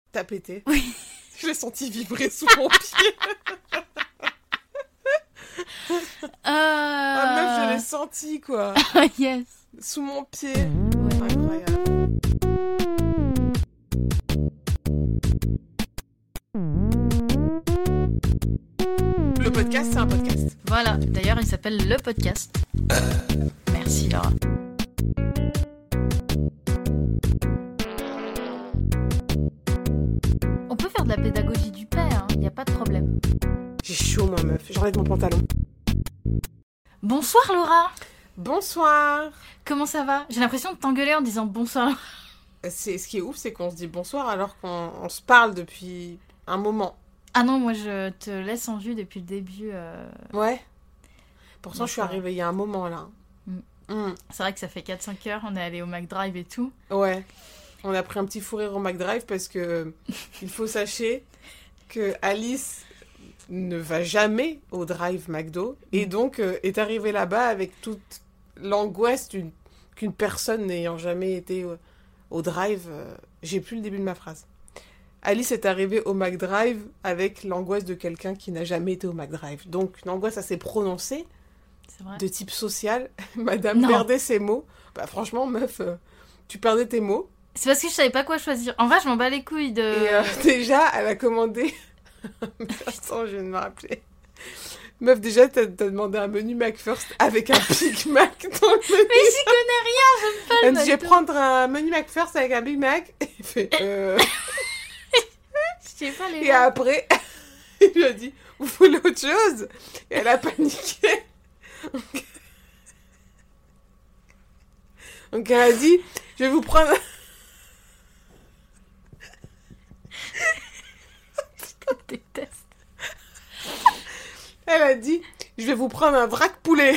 T'as pété? Oui. Je l'ai senti vibrer sous mon pied. Ah meuf, je l'ai senti quoi. Yes. Sous mon pied. Ouais. Incroyable. Le podcast, c'est un podcast. Voilà, d'ailleurs il s'appelle Le Podcast. Merci Laura. On peut faire de la pédagogie du père, y a pas de problème. J'ai chaud moi meuf, j'enlève mon pantalon. Bonsoir Laura. Bonsoir. Comment ça va? J'ai l'impression de t'engueuler en disant bonsoir. Ce qui est ouf, c'est qu'on se dit bonsoir alors qu'on se parle depuis un moment. Ah non, moi je te laisse en vue depuis le début. Ouais. Pourtant, je suis Bonsoir. arrivée il y a un moment là. C'est vrai que ça fait 4-5 heures, on est allé au McDrive et tout. Ouais. On a pris un petit fou rire au McDrive parce que il faut sachez que Alice ne va jamais au drive McDo et donc est arrivée là-bas avec toute l'angoisse qu'une personne n'ayant jamais été au drive. J'ai plus le début de ma phrase. Alice est arrivée au McDrive avec l'angoisse de quelqu'un qui n'a jamais été au McDrive. Donc une angoisse assez prononcée, C'est vrai. de type social. Madame Non. perdait ses mots. Bah franchement, meuf, tu perdais tes mots. C'est parce que je savais pas quoi choisir. En vrai, je m'en bats les couilles de... Et déjà, elle a commandé... Attends, je viens de me rappeler. Meuf, déjà, t'as demandé un menu McFirst avec un Big Mac dans le menu. Mais j'y connais rien, j'aime pas Elle le me dit, je vais McDo. prendre un menu McFirst avec un Big Mac. Et il fait, Je sais pas les Et après, il lui a dit, vous voulez autre chose? Et elle a paniqué. Donc elle a dit, je vais vous prendre... Je déteste. Elle a dit, je vais vous prendre un vrac poulet.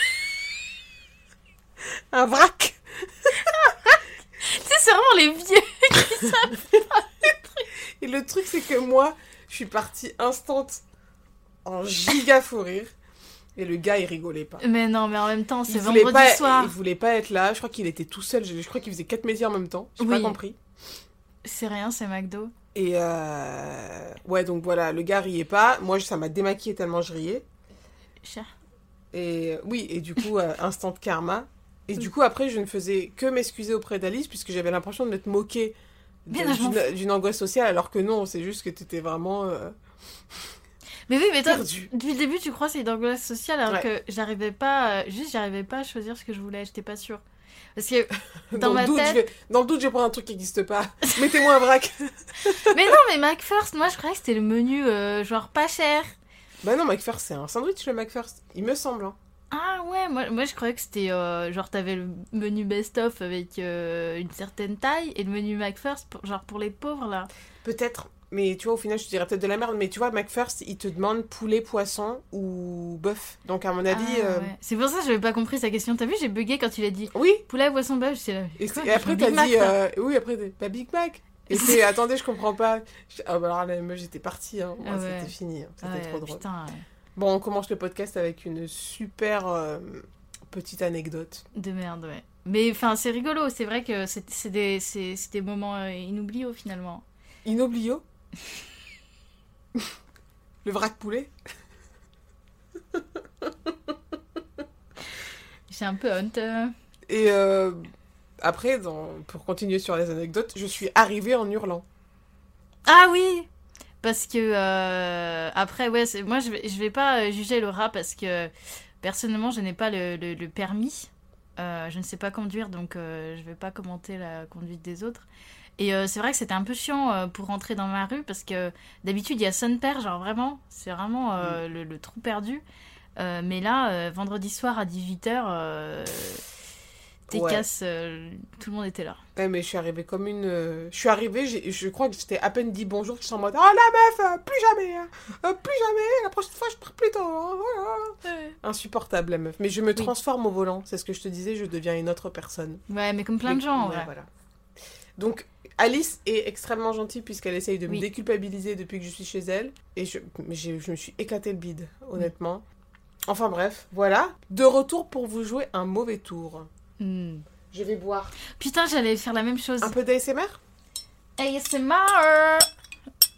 Un vrac. Tu sais, c'est vraiment les vieux qui savent. Et le truc, c'est que moi, je suis partie instant en giga fou rire. Et le gars, il rigolait pas. Mais non, mais en même temps, c'est Il voulait vendredi pas, soir. Il voulait pas être là. Je crois qu'il était tout seul. Je crois qu'il faisait 4 métiers en même temps. J'ai pas Oui. compris. C'est rien, c'est McDo. Et ouais, donc voilà, le gars riait pas. Moi, ça m'a démaquillée tellement je riais. Cher. Et oui, et du coup, instant karma. Et du coup, après, je ne faisais que m'excuser auprès d'Alice, puisque j'avais l'impression de m'être moquée Mais non, je m'en d'une angoisse sociale, alors que non, c'est juste que t'étais vraiment Mais oui, mais toi, perdue. depuis le début, tu crois que c'est une angoisse sociale, alors Ouais. que j'arrivais pas... j'arrivais pas à choisir ce que je voulais, j'étais pas sûre. Parce que dans le ma doute, tête... dans le doute, je vais prendre un truc qui n'existe pas. Mettez-moi un vrac. Mais non, mais McFirst, moi, je croyais que c'était le menu, genre, pas cher. Bah non, McFirst, c'est un sandwich, le McFirst. Il me semble. Hein. Ah ouais, moi je croyais que c'était genre t'avais le menu best-of avec une certaine taille et le menu McFirst genre pour les pauvres là. Peut-être. Mais tu vois, au final, je te dirais peut-être de la merde. Mais tu vois, McFirst, il te demande poulet, poisson ou bœuf. Donc, à mon avis... Ah, ouais. C'est pour ça que j'avais pas compris sa question. T'as vu, j'ai bugué quand il a dit Oui. poulet, poisson, bœuf. J'étais là. Et, Quoi, et après, un t'as Big Mac, dit... quoi. oui, après, t'as Big Mac. Et c'est... Attendez, je comprends pas. Ah bah alors là, moi, j'étais partie. Hein. Ah ouais. C'était fini. Hein. C'était Ouais, trop drôle. putain, ouais. Bon, on commence le podcast avec une super petite anecdote. De merde, ouais. Mais enfin, c'est rigolo. C'est vrai que c'est des moments inoubliables finalement. Inoblio. Le vrac poulet. J'ai un peu honte. Et après, pour continuer sur les anecdotes, je suis arrivée en hurlant. Ah oui. Parce que après ouais moi je vais pas juger Laura parce que personnellement je n'ai pas le permis, je ne sais pas conduire donc je vais pas commenter la conduite des autres et c'est vrai que c'était un peu chiant pour rentrer dans ma rue parce que d'habitude il y a son père genre vraiment c'est vraiment le trou perdu mais là vendredi soir à 18h t'es Ouais. casse tout le monde était là. Ouais, mais je suis arrivée comme une... Je suis arrivée, je crois que j'étais à peine dit bonjour, que je suis en mode « Oh la meuf, plus jamais, hein. Plus jamais, la prochaine fois je pars plus tôt. Hein, voilà. » Insupportable la meuf. Mais je me transforme au volant, c'est ce que je te disais, je deviens une autre personne. Ouais mais comme plein de gens en Ouais, vrai. voilà. Donc Alice est extrêmement gentille puisqu'elle essaye de me Oui. déculpabiliser depuis que je suis chez elle. Et je me suis éclaté le bide, honnêtement. Enfin bref, voilà. De retour pour vous jouer un mauvais tour. Hmm. Je vais boire Putain, j'allais faire la même chose. un peu d'ASMR. ASMR.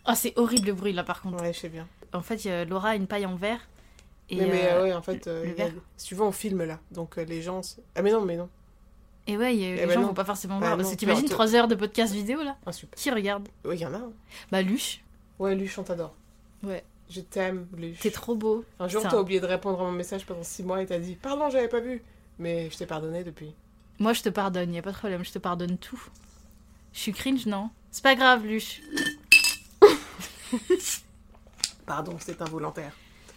Oh, c'est horrible le bruit là par contre. Ouais, je sais bien. En fait, Laura a une paille en verre. Et, Ouais, en fait, le verre. si tu veux, on filme là. Donc les gens. Ah, mais non. Et ouais, les bah gens non. vont pas forcément Bah voir. non. Parce que t'imagines Non, 3 heures de podcast vidéo là. Ah, super. Qui regarde? Ouais, il y en a. Hein. Bah, Luche. Ouais, Luche, on t'adore. Ouais. Je t'aime, Luche. T'es trop beau. Un jour, Ça. t'as oublié de répondre à mon message pendant 6 mois et t'as dit pardon, j'avais pas vu. Mais je t'ai pardonné depuis. Moi, je te pardonne, y a pas de problème, je te pardonne tout. Je suis cringe, non? C'est pas grave, Luche. Pardon, c'est involontaire.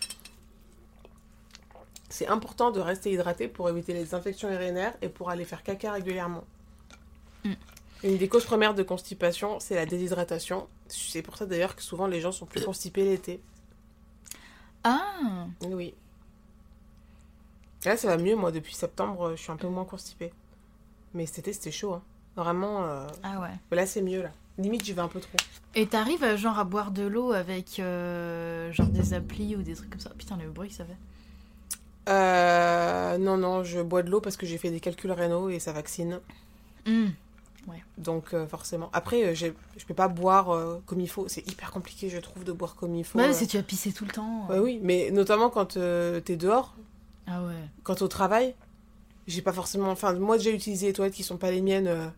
C'est important de rester hydraté pour éviter les infections urinaires et pour aller faire caca régulièrement. Une des causes premières de constipation, c'est la déshydratation. C'est pour ça d'ailleurs que souvent les gens sont plus constipés l'été. Ah! Oui. Là, ça va mieux, moi, depuis septembre, je suis un peu moins constipée. Mais cet été, c'était chaud, hein. Vraiment. Ah ouais. Mais là, c'est mieux, là. Limite, j'y vais un peu trop. Et t'arrives genre à boire de l'eau avec genre des applis ou des trucs comme ça? Putain, le bruit que ça fait. Non, je bois de l'eau parce que j'ai fait des calculs rénaux et ça vaccine. Ouais. Donc, forcément. Après, je peux pas boire comme il faut. C'est hyper compliqué, je trouve, de boire comme il faut. Bah, si tu as pissé tout le temps. Ouais, oui, mais notamment quand t'es dehors, Ah ouais. quand au travail, j'ai pas forcément... Enfin, moi, j'ai utilisé les toilettes qui sont pas les miennes.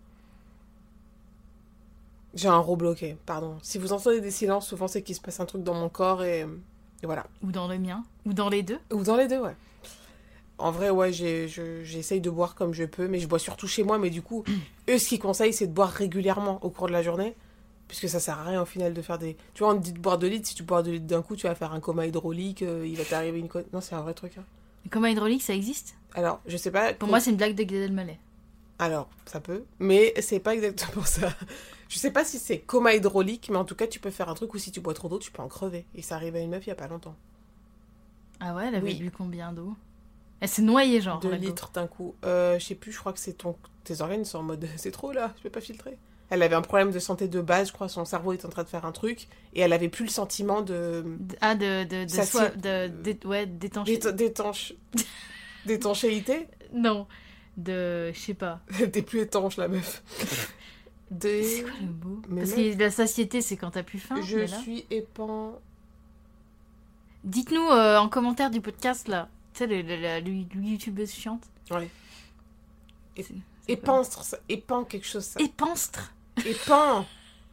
J'ai un rot bloqué, pardon. Si vous entendez des silences, souvent c'est qu'il se passe un truc dans mon corps et voilà. Ou dans le mien. Ou dans les deux. Ou dans les deux, ouais. En vrai, ouais, j'essaye de boire comme je peux, mais je bois surtout chez moi. Mais du coup, eux, ce qu'ils conseillent, c'est de boire régulièrement au cours de la journée, puisque ça sert à rien au final de faire des... Tu vois, on te dit de boire 2 litres, si tu bois 2 litres d'un coup, tu vas faire un coma hydraulique, il va t'arriver une... Non, c'est un vrai truc, hein. Le coma hydraulique, ça existe? Alors, je sais pas... Pour moi, c'est une blague de Gad Elmaleh. Alors, ça peut, mais c'est pas exactement ça. Je sais pas si c'est coma hydraulique, mais en tout cas, tu peux faire un truc où si tu bois trop d'eau, tu peux en crever. Et ça arrive à une meuf il y a pas longtemps. Ah ouais, elle avait Oui. bu combien d'eau? Elle s'est noyée, genre. 2 la go. litres d'un coup. Je sais plus, je crois que c'est tes organes sont en mode c'est trop là, je peux pas filtrer. Elle avait un problème de santé de base, je crois, son cerveau était en train de faire un truc, et elle avait plus le sentiment de... Ah, de Ça, soif, c'est- ouais, d'étancher. D'étanchéité. Non, de... Je sais pas. T'es plus étanche, la meuf. C'est quoi le mot? Mais Parce meuf, que la satiété, c'est quand t'as plus faim. je mais là... suis épand... Dites-nous en commentaire du podcast, là. Tu sais, le youtubeuse chiante. Ouais. C'est Épanstre, ça. Épand quelque chose, ça. Épanstre. Épand.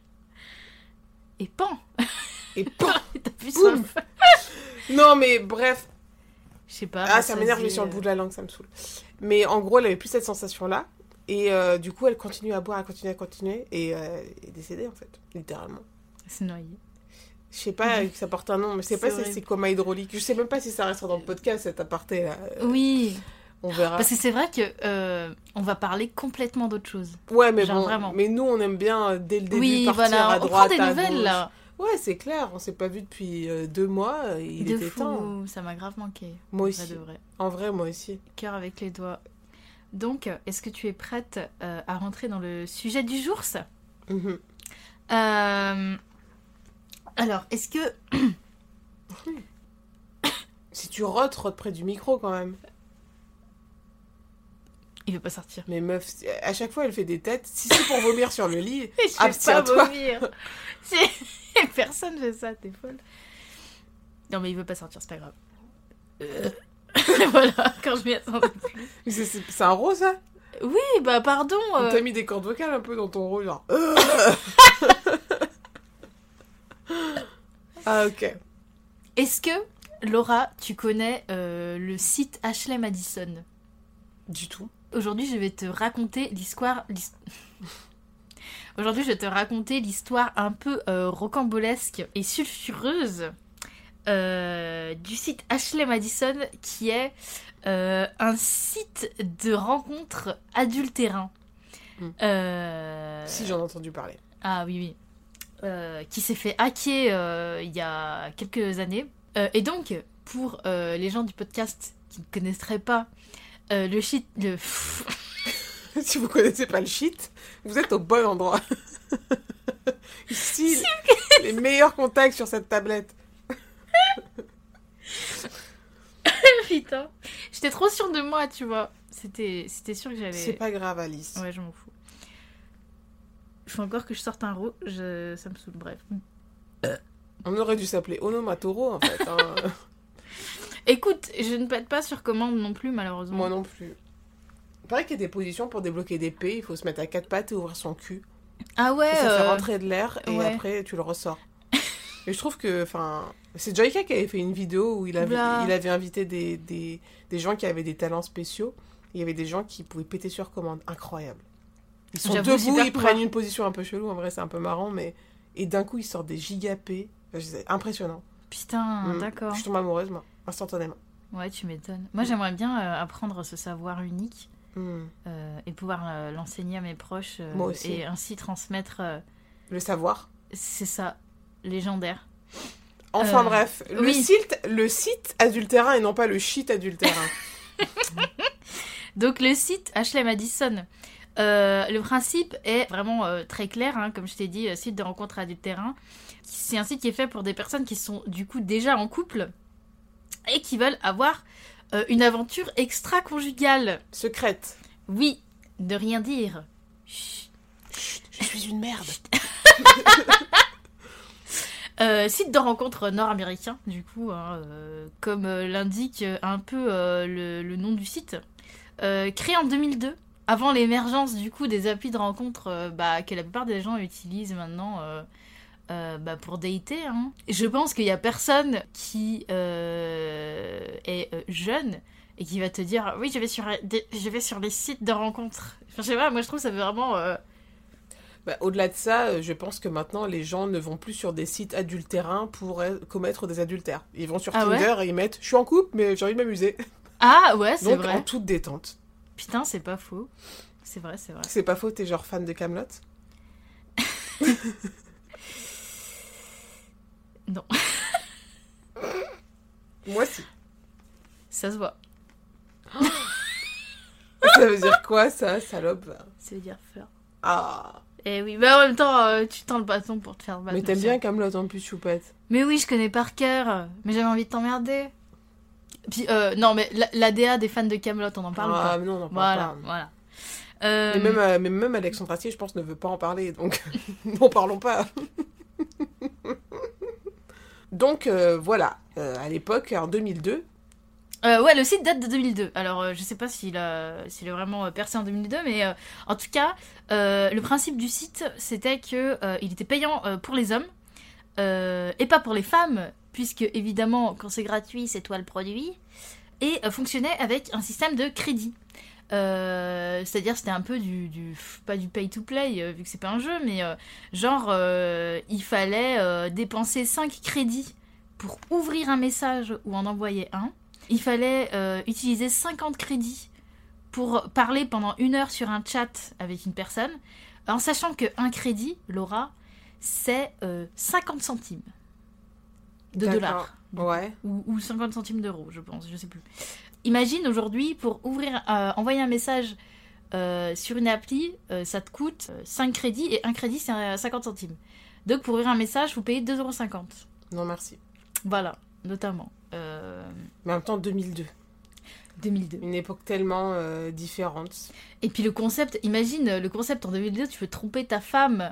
Épan. Épand. T'as plus Boum. soif. Non, mais bref. Je sais pas. Ah, ça m'énerve, je suis sur le bout de la langue, ça me saoule. Mais en gros, elle avait plus cette sensation-là. Et du coup, elle continue à boire, à continuer. Et est décédée, en fait, littéralement. C'est noyé. Je sais pas que ça porte un nom, mais je sais pas si horrible. c'est coma hydraulique. Je sais même pas si ça restera dans le podcast, cet aparté là. Oui. On verra. Parce que c'est vrai que on va parler complètement d'autre chose. Ouais, mais genre bon. vraiment. Mais nous, on aime bien dès le début Oui, partir voilà. à On droite, prend des à nouvelles, gauche. là. Ouais, c'est clair. On s'est pas vu depuis 2 mois. Il De était temps. fou. Ça m'a grave manqué. Moi En aussi. vrai de vrai. En vrai, moi aussi. Cœur avec les doigts. Donc, est-ce que tu es prête à rentrer dans le sujet du jour, ça? Mhm. Alors, est-ce que... Si tu rotes près du micro quand même. Il veut pas sortir. Mais meuf, à chaque fois, elle fait des têtes. Si c'est pour vomir sur le lit, Je vais pas abstiens-toi. vomir. Personne fait ça, t'es folle. Non, mais il veut pas sortir, c'est pas grave. Voilà, quand je m'y attendais plus. Mais c'est un rose, ça Oui, bah pardon. On t'a mis des cordes vocales un peu dans ton rôle, genre. Ah, ok. Est-ce que, Laura, tu connais le site Ashley Madison? Du tout. Aujourd'hui, je vais te raconter l'histoire... Aujourd'hui, je vais te raconter l'histoire un peu rocambolesque et sulfureuse du site Ashley Madison, qui est un site de rencontres adultérins. Si, j'en ai entendu parler. Ah oui, oui. Qui s'est fait hacker il y a quelques années. Et donc, pour les gens du podcast qui ne connaîtraient pas le shit... Si vous connaissez pas le shit, vous êtes au bon endroit. Ici, les meilleurs contacts sur cette tablette. Putain. J'étais trop sûre de moi, tu vois. C'était sûr que j'allais... C'est pas grave, Alice. Ouais, je m'en fous. Il faut encore que je sorte un roux, ça me saoule, bref. On aurait dû s'appeler Onomatoro, en fait. Hein. Écoute, je ne pète pas sur commande non plus, malheureusement. Moi non plus. Il paraît qu'il y a des positions pour débloquer des P, il faut se mettre à 4 pattes et ouvrir son cul. Ah ouais. Et ça fait rentrer de l'air et ouais. après tu le ressors. Et je trouve que, enfin, c'est Joyka qui avait fait une vidéo où il avait invité des gens qui avaient des talents spéciaux. Il y avait des gens qui pouvaient péter sur commande. Incroyable. Ils sont debout, ils prennent une position un peu chelou. En vrai, c'est un peu marrant, mais... Et d'un coup, ils sortent des gigapés. C'est impressionnant. Putain, d'accord. Je tombe amoureuse, moi, instantanément. Ouais, tu m'étonnes. Moi, j'aimerais bien apprendre ce savoir unique et pouvoir l'enseigner à mes proches. Moi aussi. Et ainsi transmettre... Le savoir. C'est ça, légendaire. Enfin bref, le site adultérin et non pas le shit adultérin. Donc le site Ashley Madison, le principe est vraiment très clair, hein, comme je t'ai dit, site de rencontre adultérin. C'est un site qui est fait pour des personnes qui sont du coup déjà en couple et qui veulent avoir une aventure extra-conjugale. Secrète. Oui, de rien dire. Chut, je suis une merde. Site de rencontre nord-américain, du coup, hein, comme l'indique un peu le nom du site. Créé en 2002, avant l'émergence du coup des applis de rencontre que la plupart des gens utilisent maintenant pour dater. Hein. Je pense qu'il y a personne qui est jeune et qui va te dire oui, je vais sur les sites de rencontre. Enfin, je sais pas, moi je trouve que ça fait vraiment... Au-delà de ça, je pense que maintenant, les gens ne vont plus sur des sites adultérins pour commettre des adultères. Ils vont sur Tinder et ils mettent « Je suis en couple, mais j'ai envie de m'amuser. » Ah ouais, c'est vrai. Donc, en toute détente. Putain, c'est pas faux. C'est vrai. C'est pas faux, t'es genre fan de Kaamelott? Non. Moi, si. Ça se voit. Ça veut dire quoi, ça, salope? Ça veut dire fleur. Ah. Eh oui, mais en même temps, tu tends le bâton pour te faire battre. Mais t'aimes bien Kaamelott en plus, choupette. Mais oui, je connais par cœur. Mais j'avais envie de t'emmerder. Puis, non, mais l'ADA des fans de Kaamelott, on en parle pas? Ah, non, on en parle pas. Voilà. Mais même Alexandre Astier, je pense, ne veut pas en parler, donc n'en parlons pas. Donc, voilà. À l'époque, en 2002... ouais, le site date de 2002. Alors, je sais pas s'il a vraiment percé en 2002, mais en tout cas, le principe du site, c'était que il était payant pour les hommes et pas pour les femmes, puisque évidemment, quand c'est gratuit, c'est toi le produit, et fonctionnait avec un système de crédit. C'est-à-dire, c'était un peu pas du pay-to-play, vu que c'est pas un jeu, mais il fallait dépenser 5 crédits pour ouvrir un message ou en envoyer un. Il fallait utiliser 50 crédits pour parler pendant 1 heure sur un chat avec une personne, en sachant qu'un crédit, Laura, c'est 50 centimes de dollars. Ouais. Ou 50 centimes d'euros, je pense, je sais plus. Imagine aujourd'hui, pour envoyer un message sur une appli, ça te coûte 5 crédits et un crédit c'est 50 centimes. Donc pour ouvrir un message, vous payez 2,50 €. Non, merci. Voilà, notamment. Mais en même temps, 2002. 2002. Une époque tellement différente. Et puis imagine le concept en 2002, tu peux tromper ta femme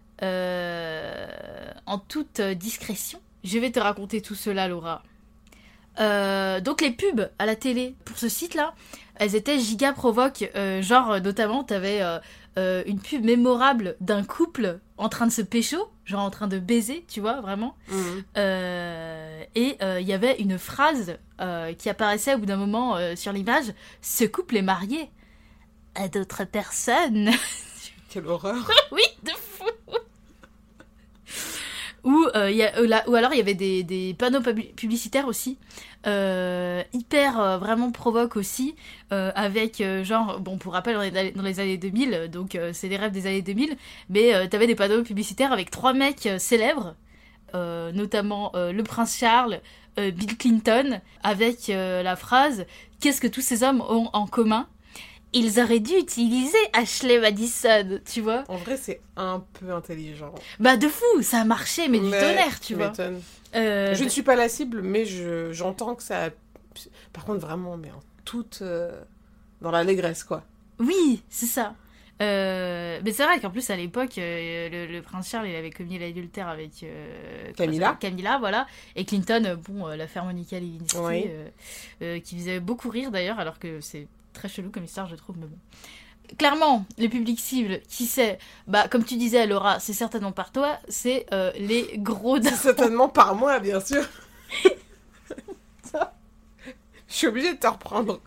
en toute discrétion. Je vais te raconter tout cela, Laura. Donc les pubs à la télé pour ce site-là, elles étaient giga provoques. Notamment, t'avais une pub mémorable d'un couple en train de se pécho, genre en train de baiser, tu vois, vraiment. Et il y avait une phrase qui apparaissait au bout d'un moment sur l'image. Ce couple est marié à d'autres personnes. Quelle horreur. Oui, de fou. Ou alors il y avait des panneaux publicitaires aussi, hyper vraiment provoque aussi, avec pour rappel on est dans les années 2000, donc c'est les rêves des années 2000, mais t'avais des panneaux publicitaires avec 3 mecs célèbres, notamment le prince Charles, Bill Clinton, avec la phrase « Qu'est-ce que tous ces hommes ont en commun ?» Ils auraient dû utiliser Ashley Madison, tu vois. En vrai, c'est un peu intelligent. Bah, de fou, ça a marché, mais du tonnerre, tu vois. Je ne suis pas la cible, mais j'entends que ça... Par contre, vraiment, mais en toute... dans l'allégresse, quoi. Oui, c'est ça. Mais c'est vrai qu'en plus, à l'époque, le prince Charles, il avait commis l'adultère avec Camilla, voilà. Et Clinton, l'affaire Monica Lewinsky, qui faisait beaucoup rire d'ailleurs, alors que c'est très chelou comme histoire, je trouve, mais bon. Clairement, le public cible, qui sait, comme tu disais, Laura, c'est certainement par toi, c'est les gros darons. C'est certainement par moi, bien sûr. Je suis obligée de te reprendre.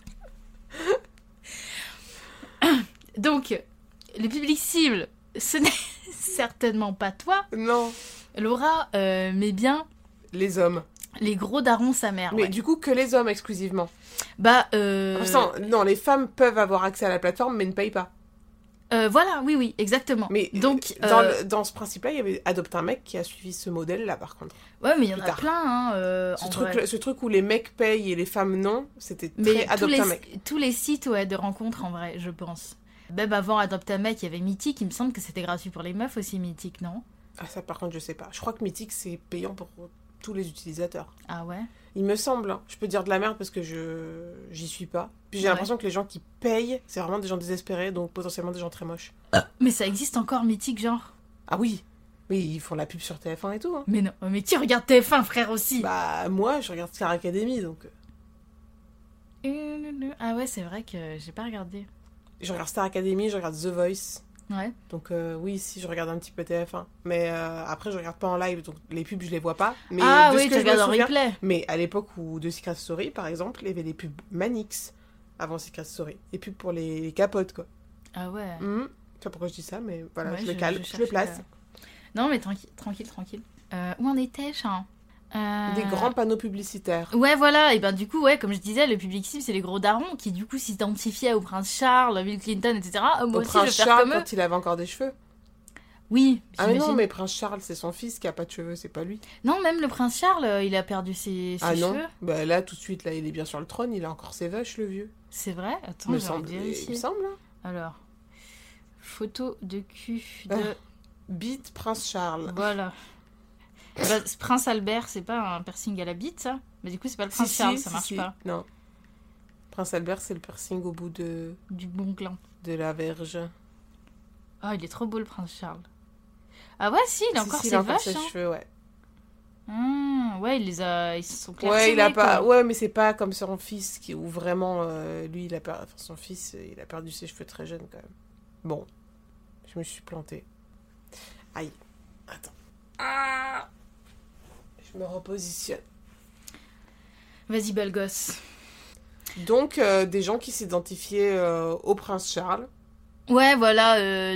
Donc, le public cible, ce n'est certainement pas toi. Non. Laura, mais bien... Les hommes. Les gros darons sa mère. Mais du coup, que les hommes exclusivement. Non, les femmes peuvent avoir accès à la plateforme, mais ne payent pas. Voilà, oui, exactement. Mais donc, dans ce principe-là, il y avait Adopte un mec qui a suivi ce modèle-là, par contre. Ouais, mais il y en a plein, hein. Ce truc où les mecs payent et les femmes non, c'était très Adopte un mec. Tous les sites de rencontres, en vrai, je pense. Même avant Adopte un mec, il y avait Mythique. Il me semble que c'était gratuit pour les meufs aussi, Mythique, non? Ah, ça, par contre, je sais pas. Je crois que Mythique, c'est payant pour tous les utilisateurs. Ah ouais? Il me semble, hein. Je peux dire de la merde parce que j'y suis pas. Puis j'ai l'impression que les gens qui payent, c'est vraiment des gens désespérés, donc potentiellement des gens très moches. Mais ça existe encore, Mythique, genre? Ah oui. Oui, ils font la pub sur TF1 et tout. Hein. Mais non, mais qui regarde TF1, frère, aussi? Moi, je regarde Star Academy, donc... Ah ouais, c'est vrai que j'ai pas regardé. Je regarde Star Academy, je regarde The Voice. Ouais. Donc oui, si, je regarde un petit peu TF1. Mais après, je regarde pas en live, donc les pubs, je les vois pas. Mais tu regardes en replay. Mais à l'époque de Secret Story, par exemple, il y avait des pubs Manix avant Secret Story. Les pubs pour les capotes, quoi. Ah ouais. Je sais pas pourquoi je dis ça, mais voilà, ouais, je le place. Non, mais tranquille. Où en étais-je, hein Des grands panneaux publicitaires. Ouais, voilà. Et du coup, comme je disais, le public cible, c'est les gros darons qui, du coup, s'identifiaient au prince Charles, Bill Clinton, etc. Moi au aussi, prince je vais faire Charles, comme eux. quand il avait encore des cheveux. Oui. Ah mais non, mais prince Charles, c'est son fils qui a pas de cheveux, c'est pas lui. Non, même le prince Charles, il a perdu ses cheveux. Non, là, tout de suite, là, il est bien sur le trône, il a encore ses vaches, le vieux. C'est vrai? Attends, je vais vérifier. Il me semble. Alors, photo de cul de... Bite prince Charles. Voilà. Prince Albert, c'est pas un piercing à la bite, ça? Mais du coup, c'est pas le prince Charles, ça marche pas. Non. Prince Albert, c'est le piercing au bout du bon gland. De la verge. Ah, il est trop beau, le prince Charles. Ah ouais, si, il a encore ses vaches, ses cheveux, ouais. Ouais, ils se sont clairs. Ouais, il a pas... Ouais, mais c'est pas comme son fils, où vraiment, lui, son fils, il a perdu ses cheveux très jeune, quand même. Bon. Je me suis plantée. Aïe. Attends. Ah! Je me repositionne. Vas-y, belle gosse. Donc, des gens qui s'identifiaient au prince Charles. Ouais, voilà.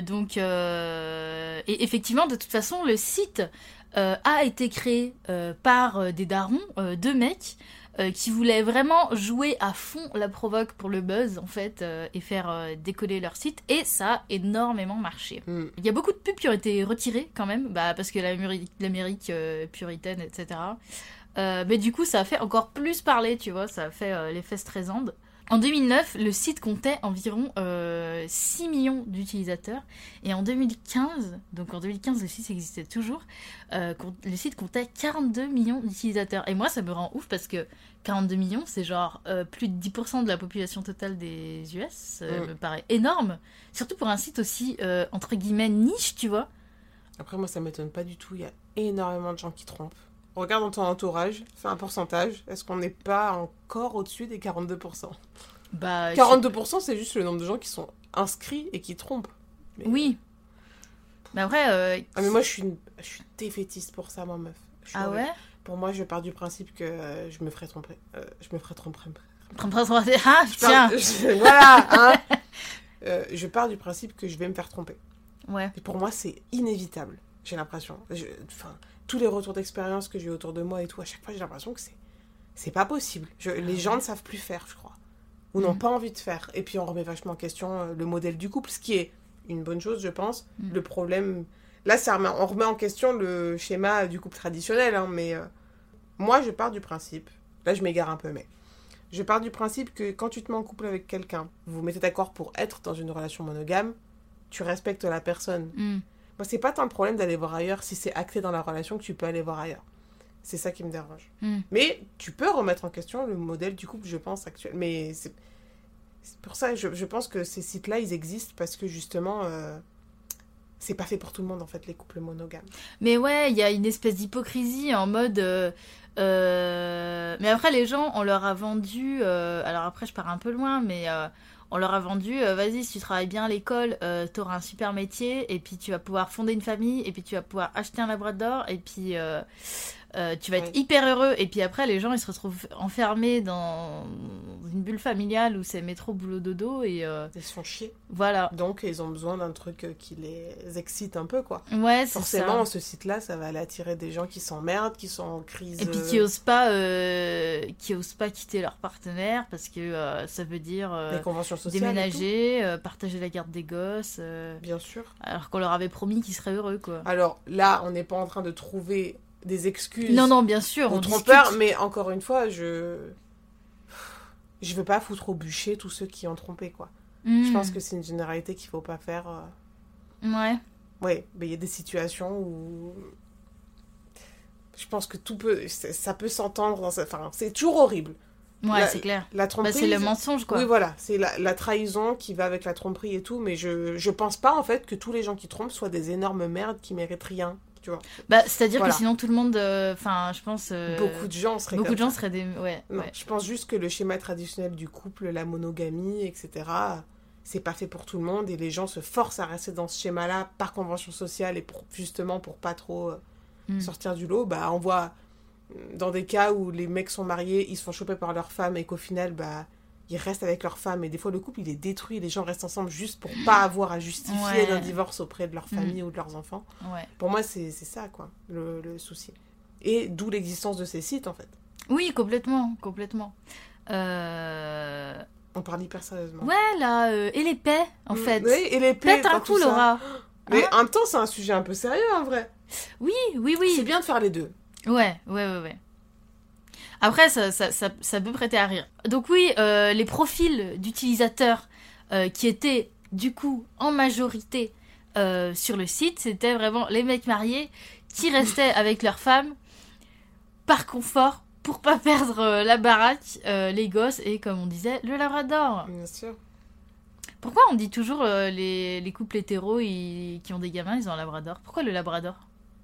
Et effectivement, de toute façon, le site a été créé par des darons, deux mecs, qui voulaient vraiment jouer à fond la provoque pour le buzz, en fait, et faire décoller leur site. Et ça a énormément marché. Il y a beaucoup de pubs qui ont été retirées, quand même, parce que l'Amérique puritaine, etc. Mais du coup, ça a fait encore plus parler, tu vois, ça a fait l'effet Streisand. En 2009, le site comptait environ 6 millions d'utilisateurs. Et en 2015, donc en 2015, le site existait toujours, le site comptait 42 millions d'utilisateurs. Et moi, ça me rend ouf parce que 42 millions, c'est genre plus de 10% de la population totale des US. Ça me paraît énorme. Surtout pour un site aussi, entre guillemets, niche, tu vois. Après, moi, ça m'étonne pas du tout. Il y a énormément de gens qui trompent. Regarde dans ton entourage, fais un pourcentage. Est-ce qu'on n'est pas encore au-dessus des 42%? 42%, c'est juste le nombre de gens qui sont inscrits et qui trompent. Mais... Oui. Mais après... mais moi, je suis défaitiste pour ça, moi, meuf. Ah ouais? Pour moi, je pars du principe que je me ferais tromper. Je me ferais tromper. Ah, tiens. Voilà, hein. Je pars du principe que je vais me faire tromper. Ouais. Et pour moi, c'est inévitable. J'ai l'impression. Tous les retours d'expérience que j'ai autour de moi et tout, à chaque fois, j'ai l'impression que c'est pas possible. Les gens ne savent plus faire, je crois. Ou n'ont pas envie de faire. Et puis, on remet vachement en question le modèle du couple, ce qui est une bonne chose, je pense. Le problème... Là, on remet en question le schéma du couple traditionnel, hein, mais moi, je pars du principe... Là, je m'égare un peu, mais... Je pars du principe que quand tu te mets en couple avec quelqu'un, vous vous mettez d'accord pour être dans une relation monogame, tu respectes la personne. Moi, c'est pas tant le problème d'aller voir ailleurs si c'est acté dans la relation que tu peux aller voir ailleurs. C'est ça qui me dérange. Mais tu peux remettre en question le modèle du couple, je pense, actuel. Mais C'est pour ça, je pense que ces sites-là, ils existent parce que justement, c'est pas fait pour tout le monde, en fait, les couples monogames. Mais ouais, il y a une espèce d'hypocrisie en mode... Mais après, les gens, on leur a vendu... Alors après, je pars un peu loin, mais on leur a vendu... vas-y, si tu travailles bien à l'école, t'auras un super métier, et puis tu vas pouvoir fonder une famille, et puis tu vas pouvoir acheter un labrador, et puis... tu vas être hyper heureux, et puis après les gens ils se retrouvent enfermés dans une bulle familiale où c'est métro boulot dodo et ils se font chier. Voilà. Donc ils ont besoin d'un truc qui les excite un peu, quoi. Ouais, c'est forcément, ça. ce site-là, ça va aller attirer des gens qui s'emmerdent, qui sont en crise. Et puis qui osent pas quitter leur partenaire parce que ça veut dire les conventions sociales déménager, partager la garde des gosses. Bien sûr. Alors qu'on leur avait promis qu'ils seraient heureux, quoi. Alors là, on n'est pas en train de trouver des excuses. Non, bien sûr, on trompeur, mais encore une fois, je veux pas foutre au bûcher tous ceux qui ont trompé, quoi. Je pense que c'est une généralité qu'il faut pas faire. Ouais. Ouais, mais il y a des situations où je pense que ça peut s'entendre. Enfin, c'est toujours horrible. Ouais, c'est clair. La tromperie, c'est le mensonge, quoi. Oui, voilà, c'est la trahison qui va avec la tromperie et tout, mais je pense pas en fait que tous les gens qui trompent soient des énormes merdes qui méritent rien. Tu vois. C'est-à-dire que sinon tout le monde, je pense... beaucoup de gens seraient des... Ouais, non, ouais. Je pense juste que le schéma traditionnel du couple, la monogamie, etc., c'est pas fait pour tout le monde et les gens se forcent à rester dans ce schéma-là par convention sociale et justement pour pas trop sortir du lot. On voit dans des cas où les mecs sont mariés, ils se font choper par leur femme et qu'au final, ils restent avec leur femme et des fois le couple il est détruit, les gens restent ensemble juste pour pas avoir à justifier d'un divorce auprès de leur famille ou de leurs enfants. Ouais. Pour moi c'est ça, quoi, le souci. Et d'où l'existence de ces sites, en fait. Oui, complètement. On parle hyper sérieusement. Ouais, là, et les paix, en fait. Oui, et les paix. Pète un coup, Laura. Mais en même temps, c'est un sujet un peu sérieux, en vrai. Oui. C'est bien de faire les deux. Ouais. Après, ça peut prêter à rire. Donc oui, les profils d'utilisateurs qui étaient, du coup, en majorité sur le site, c'était vraiment les mecs mariés qui restaient avec leur femme par confort pour pas perdre la baraque, les gosses et, comme on disait, le labrador. Bien sûr. Pourquoi on dit toujours les couples hétéros qui ont des gamins, ils ont un labrador? Pourquoi le labrador?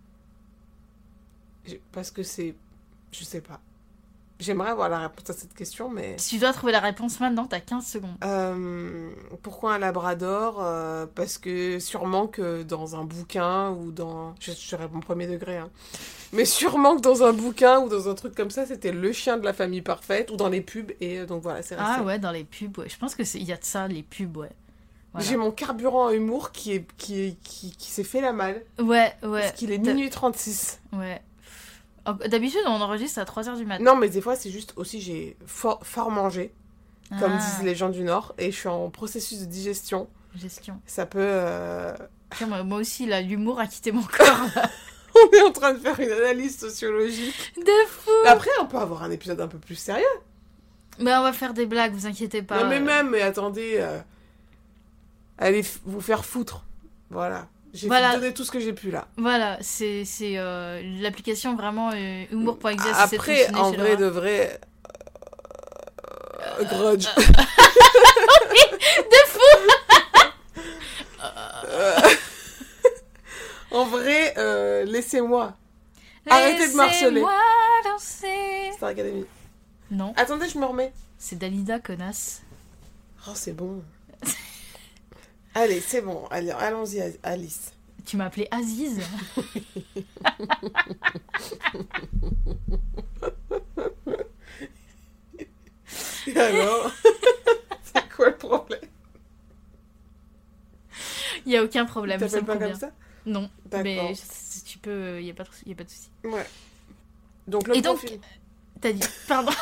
Parce que c'est... Je sais pas. J'aimerais avoir la réponse à cette question, mais... Si tu dois trouver la réponse maintenant, t'as 15 secondes. Pourquoi un labrador? Parce que sûrement que dans un bouquin ou dans... Je réponds premier degré, hein. Mais sûrement que dans un bouquin ou dans un truc comme ça, c'était le chien de la famille parfaite, ou dans les pubs, et donc voilà, c'est resté. Ah ouais, dans les pubs, ouais. Je pense qu'il y a de ça, les pubs, ouais. Voilà. J'ai mon carburant à humour qui s'est fait la malle. Ouais. Parce qu'il est minuit 36. Ouais. D'habitude, on enregistre à 3h du matin. Non, mais des fois, c'est juste aussi, j'ai fort mangé, comme disent les gens du Nord, et je suis en processus de digestion. Ça peut... Moi aussi, là, l'humour a quitté mon corps. On est en train de faire une analyse sociologique. De fou. Après, on peut avoir un épisode un peu plus sérieux. Mais on va faire des blagues, vous inquiétez pas. Non, mais attendez... allez vous faire foutre. Voilà. J'ai donné tout ce que j'ai pu, là. Voilà, c'est l'application vraiment humour.exe. Après, en vrai de vrai... Grudge. De fou. En vrai, laissez-moi. Arrêtez de m'harceler. Laissez-moi danser. Star Academy. Non. Attendez, je me remets. C'est Dalida, connasse. Oh, c'est bon. Allez, c'est bon. Allons-y, Alice. Tu m'as appelée Aziz. Et alors? C'est quoi le problème? Il n'y a aucun problème. Tu t'appelles pas comme ça? Non. D'accord. Mais si tu peux, il n'y a pas de souci. Ouais. Donc le profil... donc, t'as dit... Pardon.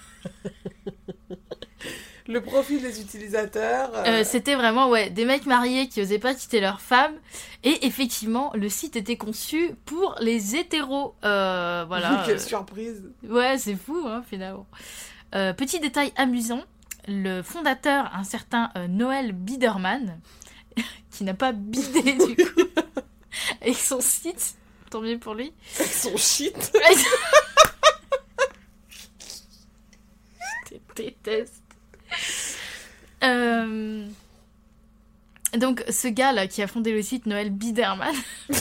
Le profil des utilisateurs... C'était vraiment des mecs mariés qui n'osaient pas quitter leur femme. Et effectivement, le site était conçu pour les hétéros. Voilà. Quelle surprise. Ouais, c'est fou, hein, finalement. Petit détail amusant, le fondateur, un certain Noël Biderman, qui n'a pas bidé du coup, avec son site, tant mieux pour lui. Avec son shit. Je te déteste. Donc, ce gars-là qui a fondé le site Noël Biderman,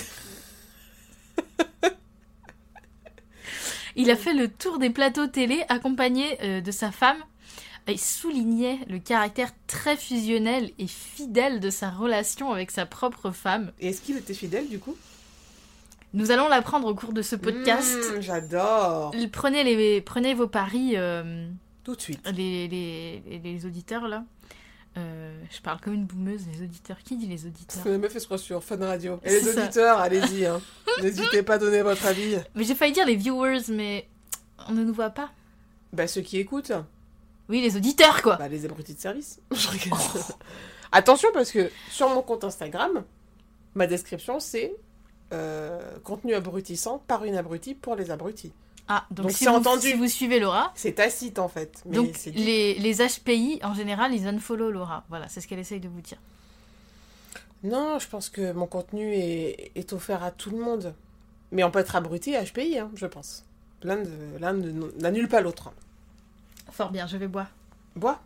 il a fait le tour des plateaux télé accompagné de sa femme et soulignait le caractère très fusionnel et fidèle de sa relation avec sa propre femme. Et est-ce qu'il était fidèle, du coup ? Nous allons l'apprendre au cours de ce podcast. J'adore. Prenez vos paris, tout de suite. les auditeurs, là. Je parle comme une boumeuse, les auditeurs. Qui dit les auditeurs ? La meuf, elle se croit sur Fun Radio. Et les auditeurs, allez-y. Hein. N'hésitez pas à donner votre avis. Mais j'ai failli dire les viewers, mais on ne nous voit pas. Bah, ceux qui écoutent. Oui, les auditeurs, quoi. Bah, les abrutis de service. Je rigole. Attention, parce que sur mon compte Instagram, ma description, c'est contenu abrutissant par une abrutie pour les abrutis. Ah, donc si vous suivez Laura... C'est tacite, en fait. Mais donc, c'est les HPI, en général, ils unfollow Laura. Voilà, c'est ce qu'elle essaye de vous dire. Non, je pense que mon contenu est offert à tout le monde. Mais on peut être abruti et HPI, hein, je pense. L'un n'annule pas l'autre. Fort bien, je vais boire. Bois.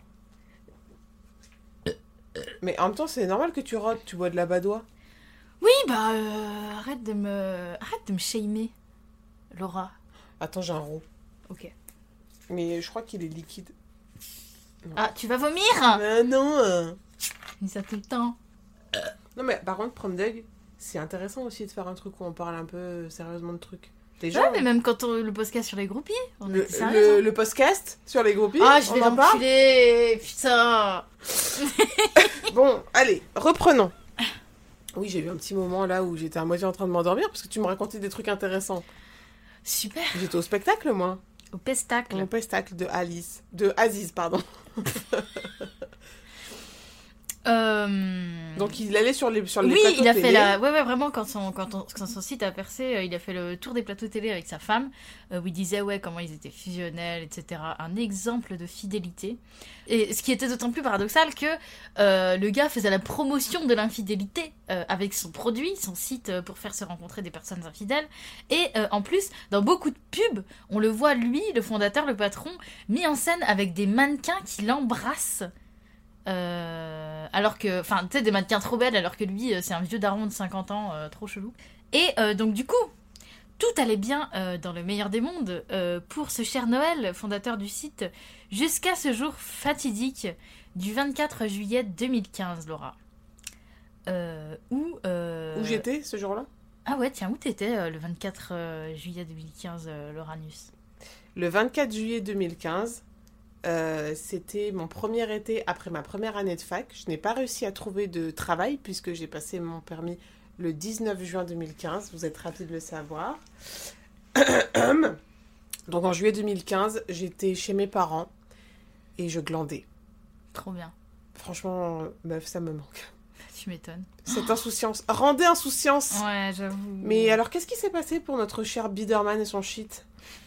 Mais en même temps, c'est normal que tu rôtes, tu bois de la badoie. Oui, bah, arrête de me shamer, Laura. Attends, j'ai un roux. Ok. Mais je crois qu'il est liquide. Non. Ah, tu vas vomir ? Non. Je dis ça tout le temps. Non, mais par contre, Prom Dog, c'est intéressant aussi de faire un truc où on parle un peu sérieusement de trucs. Déjà, ouais, mais même quand le podcast sur les groupies, on était sérieux. Le podcast sur les groupies, ah, je vais l'enculer, putain. Bon, allez, reprenons. Oui, j'ai eu un petit moment là où j'étais à moitié en train de m'endormir parce que tu me racontais des trucs intéressants. Super. J'étais au spectacle, moi. Au pestacle. Au pestacle de Alice. De Aziz, pardon. Donc il allait sur les plateaux oui, il a télé. fait ouais, vraiment quand son site a percé, il a fait le tour des plateaux télé avec sa femme où il disait comment ils étaient fusionnels, etc. Un exemple de fidélité. Et ce qui était d'autant plus paradoxal que le gars faisait la promotion de l'infidélité avec son produit, son site pour faire se rencontrer des personnes infidèles. Et en plus, dans beaucoup de pubs, on le voit lui, le fondateur, le patron, mis en scène avec des mannequins qui l'embrassent. Alors que, enfin, tu sais, des mannequins trop belles, alors que lui, c'est un vieux daron de 50 ans, trop chelou. Et donc, du coup, tout allait bien dans le meilleur des mondes pour ce cher Noël, fondateur du site, jusqu'à ce jour fatidique du 24 juillet 2015, Laura. Où j'étais ce jour-là ? Ah ouais, tiens, où t'étais le 24 juillet 2015, Lauranus ? Le 24 juillet 2015... c'était mon premier été après ma première année de fac. Je n'ai pas réussi à trouver de travail puisque j'ai passé mon permis le 19 juin 2015. Vous êtes ravis de le savoir. Donc en juillet 2015, j'étais chez mes parents et je glandais. Trop bien. Franchement, meuf, ça me manque. Tu m'étonnes. Cette insouciance. Rendez insouciance. Ouais, j'avoue. Mais alors, qu'est-ce qui s'est passé pour notre cher Biderman et son shit ?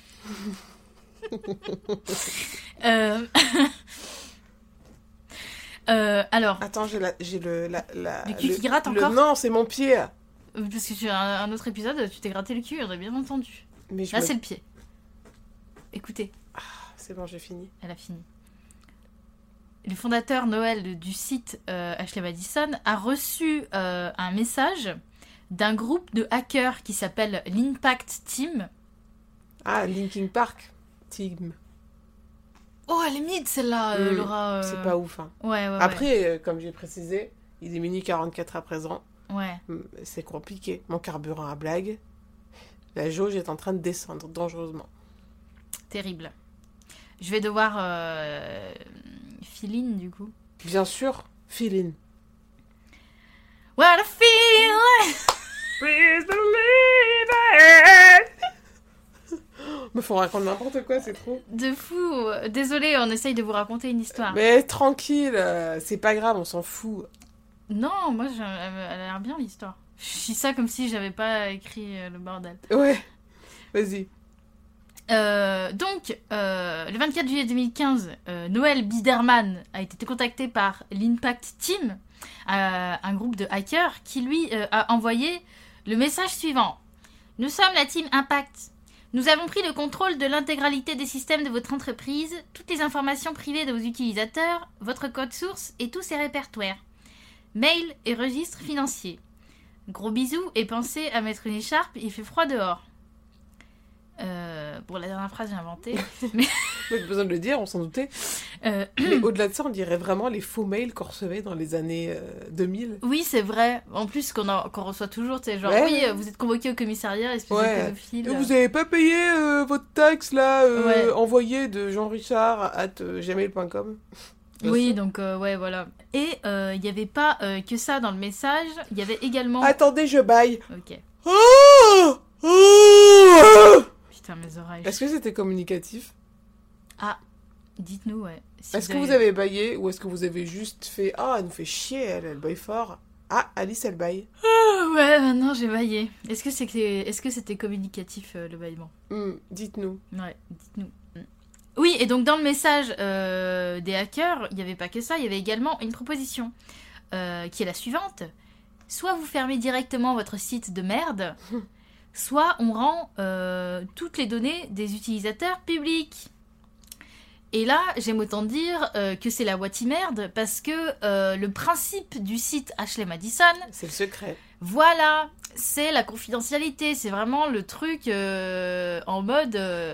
Alors. Attends, j'ai le cul qui gratte encore. Non, c'est mon pied. Parce que sur un autre épisode, tu t'es gratté le cul, on a bien entendu. Mais là, c'est le pied. Écoutez. Ah, c'est bon, j'ai fini. Elle a fini. Le fondateur Noël du site Ashley Madison a reçu un message d'un groupe de hackers qui s'appelle l'Impact Team. Ah, Linkin Park Team. Oh, elle est mid celle-là, Laura. C'est pas ouf. Hein. Ouais. Après, comme j'ai précisé, il est minuit 44 à présent. Ouais. C'est compliqué. Mon carburant à blague. La jauge est en train de descendre dangereusement. Terrible. Je vais devoir fill in du coup. Bien sûr, fill in. What a feeling! Please believe it! Me faut raconter n'importe quoi, c'est trop. De fou. Désolée, on essaye de vous raconter une histoire. Mais tranquille, c'est pas grave, on s'en fout. Non, moi, elle a l'air bien l'histoire. Je dis ça comme si j'avais pas écrit le bordel. Ouais, vas-y. Donc, le 24 juillet 2015, Noël Biderman a été contacté par l'Impact Team, un groupe de hackers, qui lui a envoyé le message suivant. Nous sommes la team Impact. Nous avons pris le contrôle de l'intégralité des systèmes de votre entreprise, toutes les informations privées de vos utilisateurs, votre code source et tous ses répertoires. Mail et registres financiers. Gros bisous et pensez à mettre une écharpe, il fait froid dehors. Bon, la dernière phrase, j'ai inventé. Mais... Pas besoin de le dire, on s'en doutait. Mais au-delà de ça, on dirait vraiment les faux mails qu'on recevait dans les années 2000. Oui, c'est vrai. En plus, qu'on reçoit toujours, tu sais, genre, ouais. Oui, vous êtes convoqué au commissariat, espèce de pédophile. Vous avez pas payé votre taxe, là, envoyée de jeanrichard@gmail.com. Oui, donc, voilà. Et il n'y avait pas que ça dans le message, il y avait également... Attendez, je baille. Ok. Oh Putain, mes oreilles. Est-ce que c'était communicatif? Ah, dites-nous, ouais. Si est-ce que vous avez baillé ou est-ce que vous avez juste fait « Ah, elle nous fait chier, elle baille fort. Ah, Alice, elle baille. » Ouais, maintenant j'ai baillé. Est-ce que c'était communicatif, le bâillement? Dites-nous. Ouais, dites-nous. Oui, et donc dans le message des hackers, il n'y avait pas que ça, il y avait également une proposition qui est la suivante. Soit vous fermez directement votre site de merde, soit on rend toutes les données des utilisateurs publiques. Et là, j'aime autant dire que c'est la merde parce que le principe du site Ashley Madison... C'est le secret. Voilà, c'est la confidentialité, c'est vraiment le truc en mode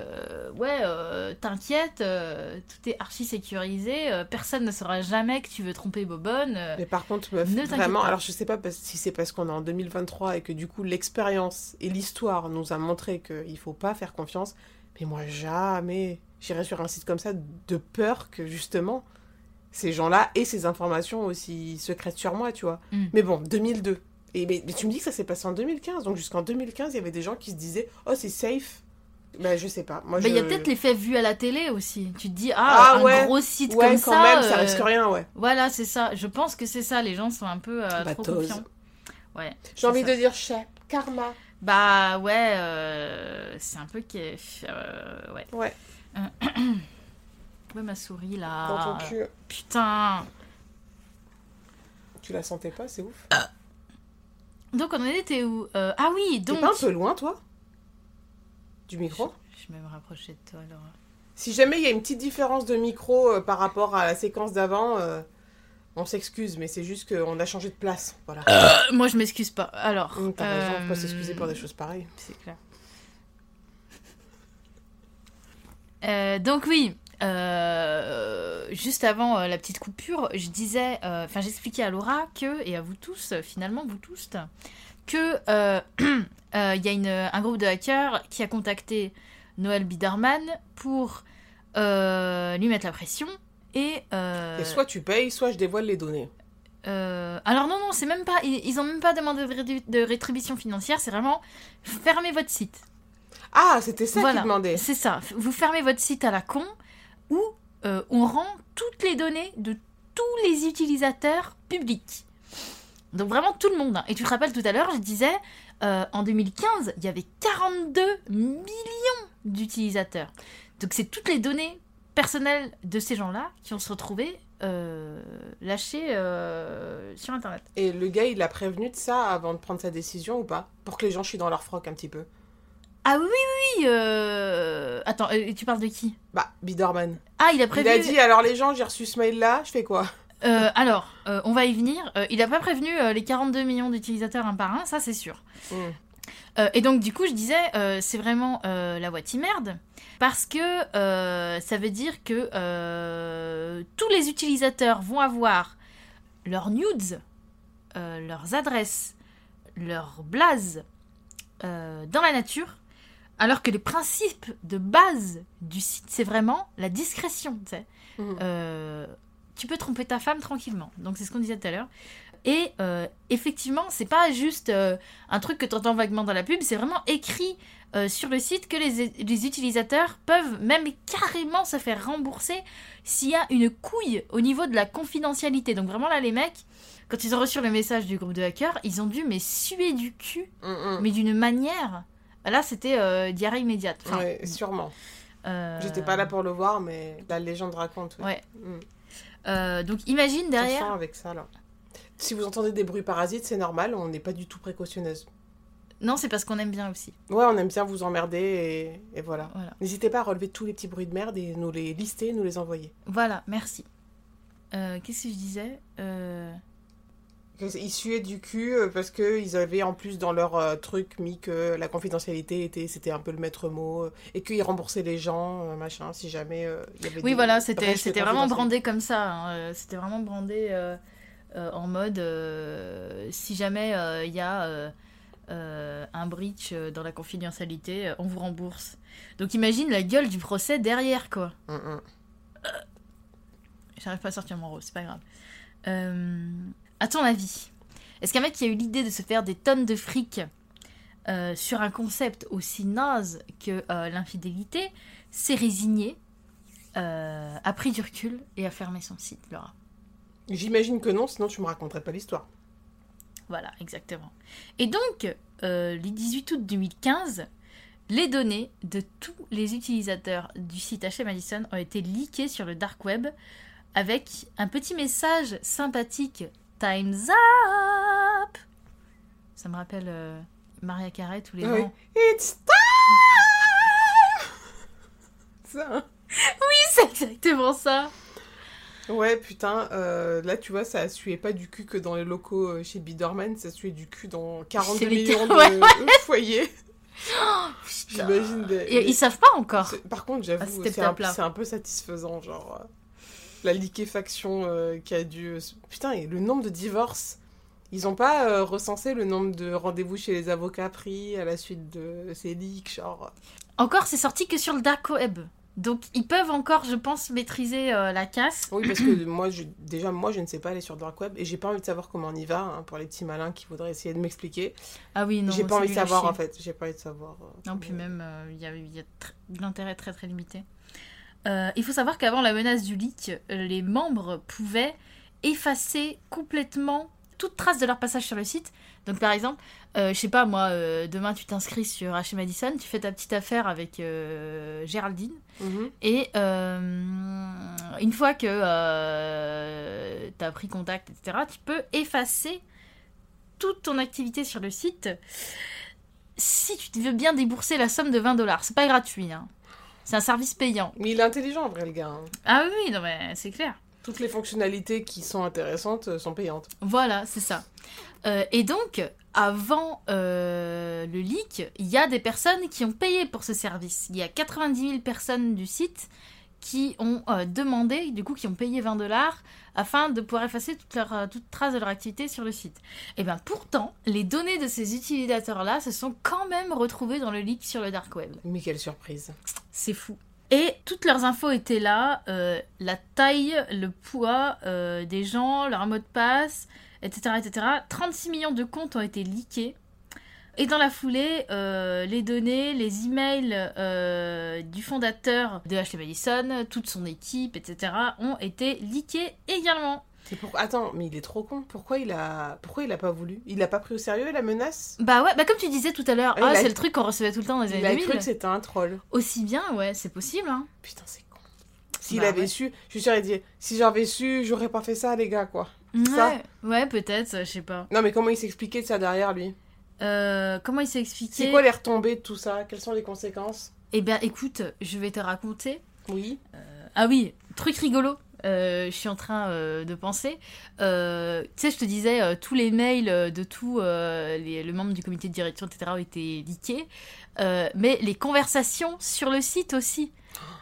t'inquiète, tout est archi sécurisé, personne ne saura jamais que tu veux tromper Bobonne. Mais par contre, meuf, vraiment, alors je sais pas si c'est parce qu'on est en 2023 et que du coup l'expérience et l'histoire nous a montré qu'il faut pas faire confiance, mais moi jamais j'irai sur un site comme ça de peur que justement ces gens-là aient ces informations aussi secrètes sur moi, tu vois. Mais bon, 2002. Mais tu me dis que ça s'est passé en 2015, donc jusqu'en 2015, il y avait des gens qui se disaient « Oh, c'est safe ». Ben, je sais pas. Il y a peut-être l'effet vu à la télé aussi. Tu te dis, un gros site comme ça... Ouais, quand même, ça risque rien, ouais. Voilà, c'est ça. Je pense que c'est ça. Les gens sont un peu trop confiants. Ouais. J'ai envie de dire chef, karma. Bah, ouais, c'est un peu... ouais. Ouais. Ouais, ma souris, là. Dans ton cul. Putain. Tu la sentais pas, c'est ouf. Donc, on en était où Ah oui, donc... T'es pas un peu loin, toi? Du micro? Je vais me rapprocher de toi, Laura. Si jamais il y a une petite différence de micro par rapport à la séquence d'avant, on s'excuse, mais c'est juste qu'on a changé de place, voilà. Moi, je m'excuse pas. Alors... T'as raison, faut pas s'excuser pour des choses pareilles. C'est clair. Donc oui, juste avant la petite coupure, j'expliquais à Laura et à vous tous, finalement vous tous, que y a un groupe de hackers qui a contacté Noël Biderman pour lui mettre la pression et soit tu payes, soit je dévoile les données. Alors non, c'est même pas, ils ont même pas demandé de rétribution financière, c'est vraiment fermez votre site. Ah, c'était ça qu'ils demandaient. C'est ça. Vous fermez votre site à la con où on rend toutes les données de tous les utilisateurs publics. Donc vraiment tout le monde. Hein. Et tu te rappelles tout à l'heure, je disais, en 2015, il y avait 42 millions d'utilisateurs. Donc c'est toutes les données personnelles de ces gens-là qui vont se retrouver lâchées sur Internet. Et le gars, il a prévenu de ça avant de prendre sa décision ou pas? Pour que les gens chient dans leur froc un petit peu. Ah oui. Attends, tu parles de qui? Bah, Biderman. Ah, il a prévenu... Il a dit, alors les gens, j'ai reçu ce mail-là, je fais quoi? On va y venir. Il a pas prévenu les 42 millions d'utilisateurs un par un, ça c'est sûr. Et donc, du coup, je disais, c'est vraiment la merde. Parce que ça veut dire que tous les utilisateurs vont avoir leurs nudes, leurs adresses, leurs blazes dans la nature. Alors que le principe de base du site, c'est vraiment la discrétion, tu sais. Tu peux tromper ta femme tranquillement. Donc, c'est ce qu'on disait tout à l'heure. Et effectivement, c'est pas juste un truc que tu entends vaguement dans la pub, c'est vraiment écrit sur le site que les utilisateurs peuvent même carrément se faire rembourser s'il y a une couille au niveau de la confidentialité. Donc, vraiment, là, les mecs, quand ils ont reçu le message du groupe de hackers, ils ont dû suer du cul, mais d'une manière... Là, c'était diarrhée immédiate. Enfin, ouais, sûrement. J'étais pas là pour le voir, mais la légende raconte. Ouais. Donc, imagine derrière... Attention avec ça, là. Si vous entendez des bruits parasites, c'est normal, on n'est pas du tout précautionneuse. Non, c'est parce qu'on aime bien aussi. Ouais, on aime bien vous emmerder et voilà. Voilà. N'hésitez pas à relever tous les petits bruits de merde et nous les lister, nous les envoyer. Voilà, merci. Qu'est-ce que je disais Ils suaient du cul parce qu'ils avaient en plus dans leur truc mis que la confidentialité c'était un peu le maître mot et qu'ils remboursaient les gens, machin, si jamais il y avait Oui, des voilà, brèches de c'était vraiment confidentialité. brandé comme ça. Hein. C'était vraiment brandé en mode si jamais il y a un breach dans la confidentialité, on vous rembourse. Donc imagine la gueule du procès derrière, quoi. J'arrive pas à sortir mon rose, c'est pas grave. À ton avis, est-ce qu'un mec qui a eu l'idée de se faire des tonnes de fric sur un concept aussi naze que l'infidélité s'est résigné, a pris du recul et a fermé son site, Laura? J'imagine que non, sinon tu me raconterais pas l'histoire. Voilà, exactement. Et donc, le 18 août 2015, les données de tous les utilisateurs du site H.M. Madison ont été leakées sur le dark web avec un petit message sympathique « Time's up !» Ça me rappelle Maria Carey tous les Oui. ans. It's time. Ça. Hein. Oui, c'est exactement ça. Ouais, putain, là tu vois, ça suait pas du cul que dans les locaux chez Biderman, ça suait du cul dans 42 Chez les millions gars, ouais. de foyers. J'imagine des... Et ils savent pas encore. Par contre, j'avoue, c'était c'est un, top, là. c'est un peu satisfaisant, genre la liquéfaction qui a dû... Putain, et le nombre de divorces, ils ont pas recensé le nombre de rendez-vous chez les avocats pris à la suite de ces leaks, genre... Encore, c'est sorti que sur le dark web. Donc, ils peuvent encore, je pense, maîtriser la casse. Oui, parce que moi, je ne sais pas aller sur Dark Web et j'ai pas envie de savoir comment on y va, hein, pour les petits malins qui voudraient essayer de m'expliquer. Ah oui, non, J'ai pas c'est envie de nul à savoir, chier. en fait. J'ai pas envie de savoir. Non, puis même, il y a de l'intérêt très très limité. Il faut savoir qu'avant la menace du leak, les membres pouvaient effacer complètement toute trace de leur passage sur le site. Donc par exemple, je sais pas moi, demain tu t'inscris sur H.M. Madison, tu fais ta petite affaire avec Géraldine, Mhm. et une fois que t'as pris contact, etc., tu peux effacer toute ton activité sur le site si tu veux bien débourser la somme de $20. C'est pas gratuit, hein. C'est un service payant. Mais il est intelligent, en vrai, le gars. Hein. Ah oui, oui, non mais c'est clair. Toutes les fonctionnalités qui sont intéressantes sont payantes. Voilà, c'est ça. Et donc, avant le leak, il y a des personnes qui ont payé pour ce service. Il y a 90 000 personnes du site qui ont demandé, du coup, qui ont payé $20 afin de pouvoir effacer toute trace de leur activité sur le site. Et bien pourtant, les données de ces utilisateurs-là se sont quand même retrouvées dans le leak sur le dark web. Mais quelle surprise. C'est fou. Et toutes leurs infos étaient là, la taille, le poids des gens, leur mot de passe, etc., etc. 36 millions de comptes ont été leakés. Et dans la foulée, les données, les emails du fondateur de H.M. Madison, toute son équipe, etc., ont été leakés également. Attends, mais il est trop con. Pourquoi il a pas voulu? Il l'a pas pris au sérieux, la menace? Bah ouais, bah comme tu disais tout à l'heure, Ah, c'est le truc qu'on recevait tout le temps dans les Il années a 2000. cru que c'était un troll. Aussi bien, ouais, c'est possible, hein. Putain, c'est con. S'il Bah avait ouais. su, je suis sûre, il dit, si j'avais su, j'aurais pas fait ça, les gars, quoi. Ça. Ouais, peut-être, je sais pas. Non, mais comment il s'expliquait de ça derrière, lui? Comment il s'est expliqué? C'est quoi les retombées de tout ça? Quelles sont les conséquences? Eh bien, écoute, je vais te raconter. Oui. Ah oui, truc rigolo. Je suis en train de penser. Tu sais, je te disais, tous les mails de tous les membres du comité de direction, etc., ont été leakés. Mais les conversations sur le site aussi.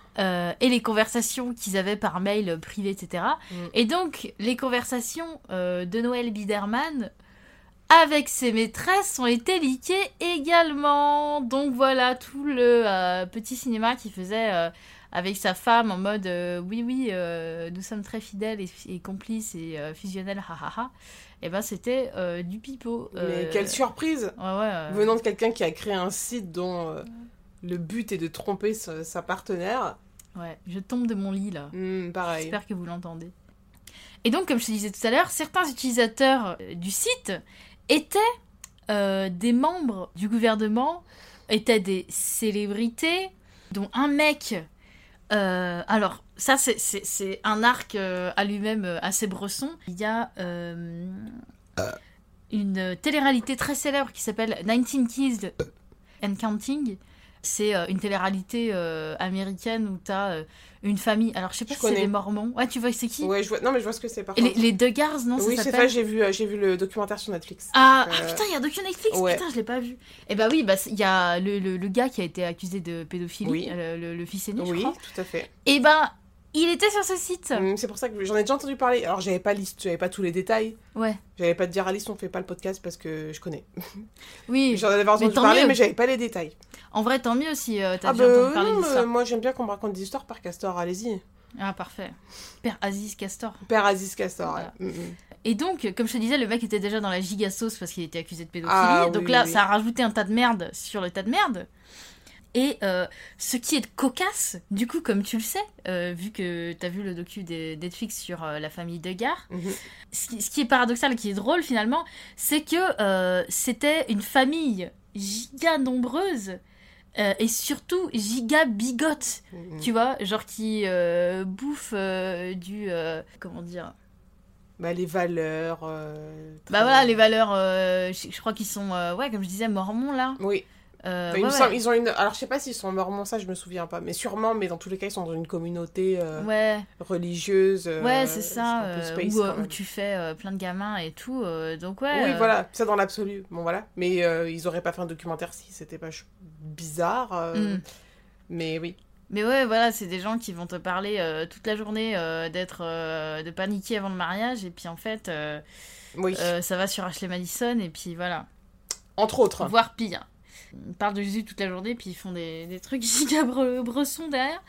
Et les conversations qu'ils avaient par mail privé, etc. Et donc, les conversations de Noël Biderman avec ses maîtresses ont été leakées également. Donc voilà, tout le petit cinéma qu'il faisait avec sa femme en mode oui, nous sommes très fidèles et complices et fusionnels, hahaha. Et ben c'était du pipeau. Mais quelle surprise! Ouais. Venant de quelqu'un qui a créé un site dont le but est de tromper sa partenaire. Ouais, je tombe de mon lit là. Pareil. J'espère que vous l'entendez. Et donc, comme je te disais tout à l'heure, certains utilisateurs du site étaient des membres du gouvernement, étaient des célébrités, dont un mec... alors, ça, c'est un arc à lui-même assez bresson. Il y a une télé-réalité très célèbre qui s'appelle 19 Keys and Counting. C'est une télé-réalité américaine où t'as une famille. Alors, je sais pas si c'est des Mormons. Ouais, tu vois, c'est qui? Ouais, non, mais je vois ce que c'est par contre. Les Duggars, non? Oui, c'est ça, j'ai vu le documentaire sur Netflix. Ah, putain, il y a un documentaire Netflix? Ouais. Putain, je l'ai pas vu. Et bah oui, il y a le gars qui a été accusé de pédophilie, le fils aîné, je crois. Oui, tout à fait. Et ben, il était sur ce site. C'est pour ça que j'en ai déjà entendu parler. Alors, j'avais pas tous les détails. Ouais. J'allais pas te dire, Alice, on fait pas le podcast parce que je connais. Oui. J'en avais entendu parler, mais j'avais pas les détails. En vrai, tant mieux si t'as déjà entendu parler d'histoire. Moi, j'aime bien qu'on me raconte des histoires par Castor, allez-y. Ah, parfait. Père Aziz Castor. Père Aziz Castor, Voilà. ouais. Et donc, comme je te disais, le mec était déjà dans la giga sauce parce qu'il était accusé de pédophilie. Donc là, ça a rajouté un tas de merde sur le tas de merde. Et ce qui est cocasse, du coup, comme tu le sais, vu que t'as vu le docu de Netflix sur la famille Duggar, ce qui est paradoxal et qui est drôle finalement, c'est que c'était une famille giga nombreuse et surtout giga bigote, tu vois, genre qui bouffe comment dire, bah, les valeurs. Bah voilà, les valeurs, je crois qu'ils sont, ouais, comme je disais, mormons là. Oui. Il me semble, ils ont une. Alors, je sais pas s'ils sont mormons, ça, je me souviens pas. Mais sûrement, mais dans tous les cas, ils sont dans une communauté religieuse. Ouais, c'est ça. Un peu space, où tu fais plein de gamins et tout. Donc, ouais. Oui, voilà, ça dans l'absolu. Bon, voilà. Mais ils auraient pas fait un documentaire si c'était pas bizarre. Mais oui. Mais ouais, voilà, c'est des gens qui vont te parler toute la journée de paniquer avant le mariage. Et puis, en fait, ça va sur Ashley Madison. Et puis, voilà. Entre autres. Voire pire. Ils parlent de Jésus toute la journée, puis ils font des trucs giga bressons derrière.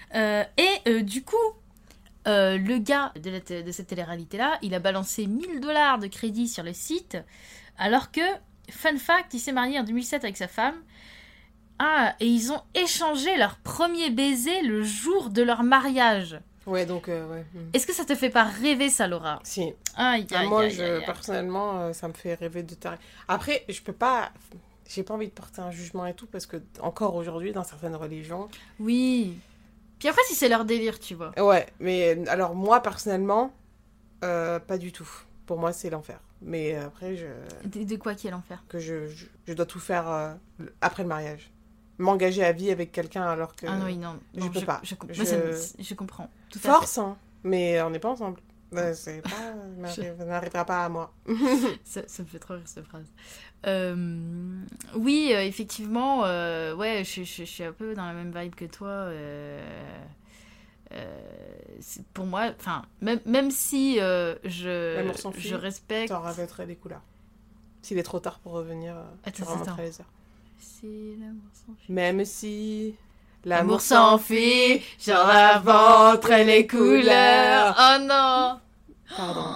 Du coup, le gars de cette télé-réalité-là, il a balancé $1000 de crédit sur le site, alors que, fun fact, il s'est marié en 2007 avec sa femme. Ah, et ils ont échangé leur premier baiser le jour de leur mariage. Ouais, donc, ouais. Est-ce que ça te fait pas rêver, ça, Laura? Si. Aïe, moi, personnellement, ça me fait rêver de taré. Après, je peux pas... J'ai pas envie de porter un jugement et tout, parce que, encore aujourd'hui, dans certaines religions... Oui. Puis après, si c'est leur délire, tu vois. Ouais, mais alors, moi, personnellement, pas du tout. Pour moi, c'est l'enfer. Mais après, De quoi qui est l'enfer? Que je dois tout faire après le mariage. M'engager à vie avec quelqu'un alors que... Ah non, oui, non. Je peux pas. Je comprends. Tout à Force, fait. hein, mais on n'est pas ensemble. C'est pas... Ça n'arrivera pas à moi. ça me fait trop rire, cette phrase. Oui, effectivement, ouais, je suis un peu dans la même vibe que toi. Pour moi, enfin, même si je respecte... T'en rajouterais des couleurs. S'il est trop tard pour revenir, tu remonterais les heures. Si l'amour s'enfuit. Même si... L'amour s'enfuit, j'en inventerai les couleurs. Oh non! Pardon.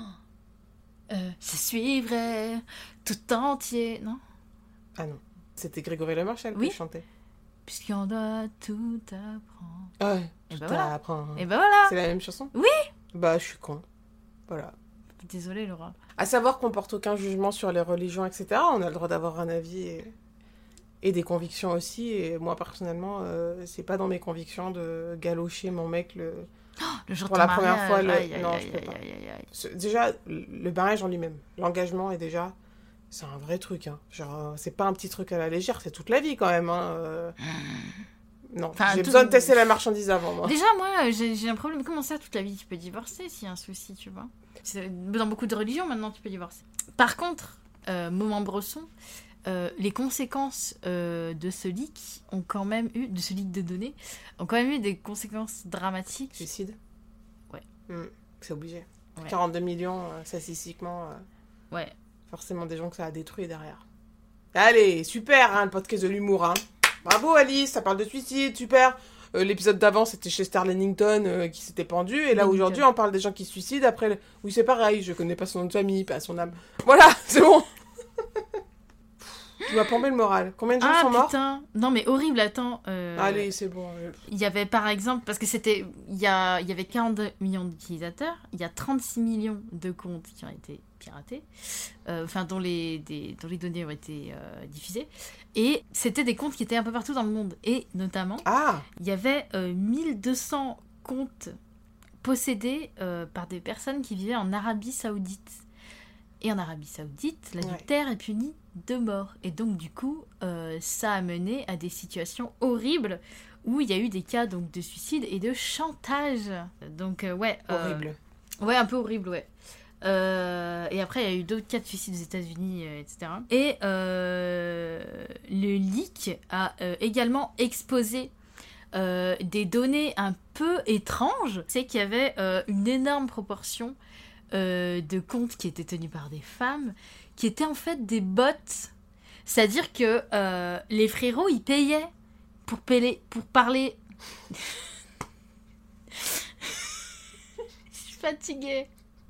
Je suivrai tout entier, non? Ah non. C'était Grégory Le Marchal qui chantait. Puisqu'on doit tout apprendre. Ah ouais, tout apprendre. Et ben voilà. C'est la même chanson? Oui. Bah, je suis con. Voilà. Désolée, Laura. À savoir qu'on porte aucun jugement sur les religions, etc. On a le droit d'avoir un avis et des convictions aussi. Et moi, personnellement, c'est pas dans mes convictions de galocher mon mec le jour pour de la mariage. première fois. Non, je peux pas. Déjà, le mariage en lui-même, l'engagement est déjà... C'est un vrai truc, hein. Genre, c'est pas un petit truc à la légère, c'est toute la vie quand même, hein. Non, j'ai besoin de tester la marchandise avant, moi. Déjà, moi, j'ai un problème. Comment ça, toute la vie, tu peux divorcer s'il y a un souci, tu vois? Dans beaucoup de religions, maintenant, tu peux divorcer. Par contre, moment Bresson, les conséquences de ce leak ont quand même eu, de ce leak de données, ont quand même eu des conséquences dramatiques. Suicide? Ouais. C'est obligé. Ouais. 42 millions, statistiquement. Ouais. Forcément des gens que ça a détruit derrière. Allez, super, hein, le podcast de l'humour, hein. Bravo Alice, ça parle de suicide, super. L'épisode d'avant, c'était Chester Bennington qui s'était pendu. Et là, aujourd'hui, on parle des gens qui se suicident. Après, oui, c'est pareil, je connais pas son nom de famille, pas son âme. Voilà, c'est bon. Tu m'as plombé le moral. Combien de gens sont morts? Putain. Non, mais horrible, attends. Allez, c'est bon. Il y avait, par exemple, parce que c'était... Il y avait 42 millions d'utilisateurs. Il y a 36 millions de comptes qui ont été piratés. Enfin, dont les données ont été diffusées. Et c'était des comptes qui étaient un peu partout dans le monde. Et notamment, il y avait 1200 comptes possédés par des personnes qui vivaient en Arabie Saoudite. Et en Arabie Saoudite, l'adultère est puni de mort. Et donc, du coup, ça a mené à des situations horribles où il y a eu des cas donc, de suicide et de chantage. Donc, Horrible. Ouais, un peu horrible, ouais. Et après, il y a eu d'autres cas de suicide aux États-Unis, etc. Et le leak a également exposé des données un peu étranges. C'est qu'il y avait une énorme proportion de comptes qui étaient tenus par des femmes, qui étaient en fait des bots. C'est-à-dire que les frérots, ils payaient pour parler. Je suis fatiguée.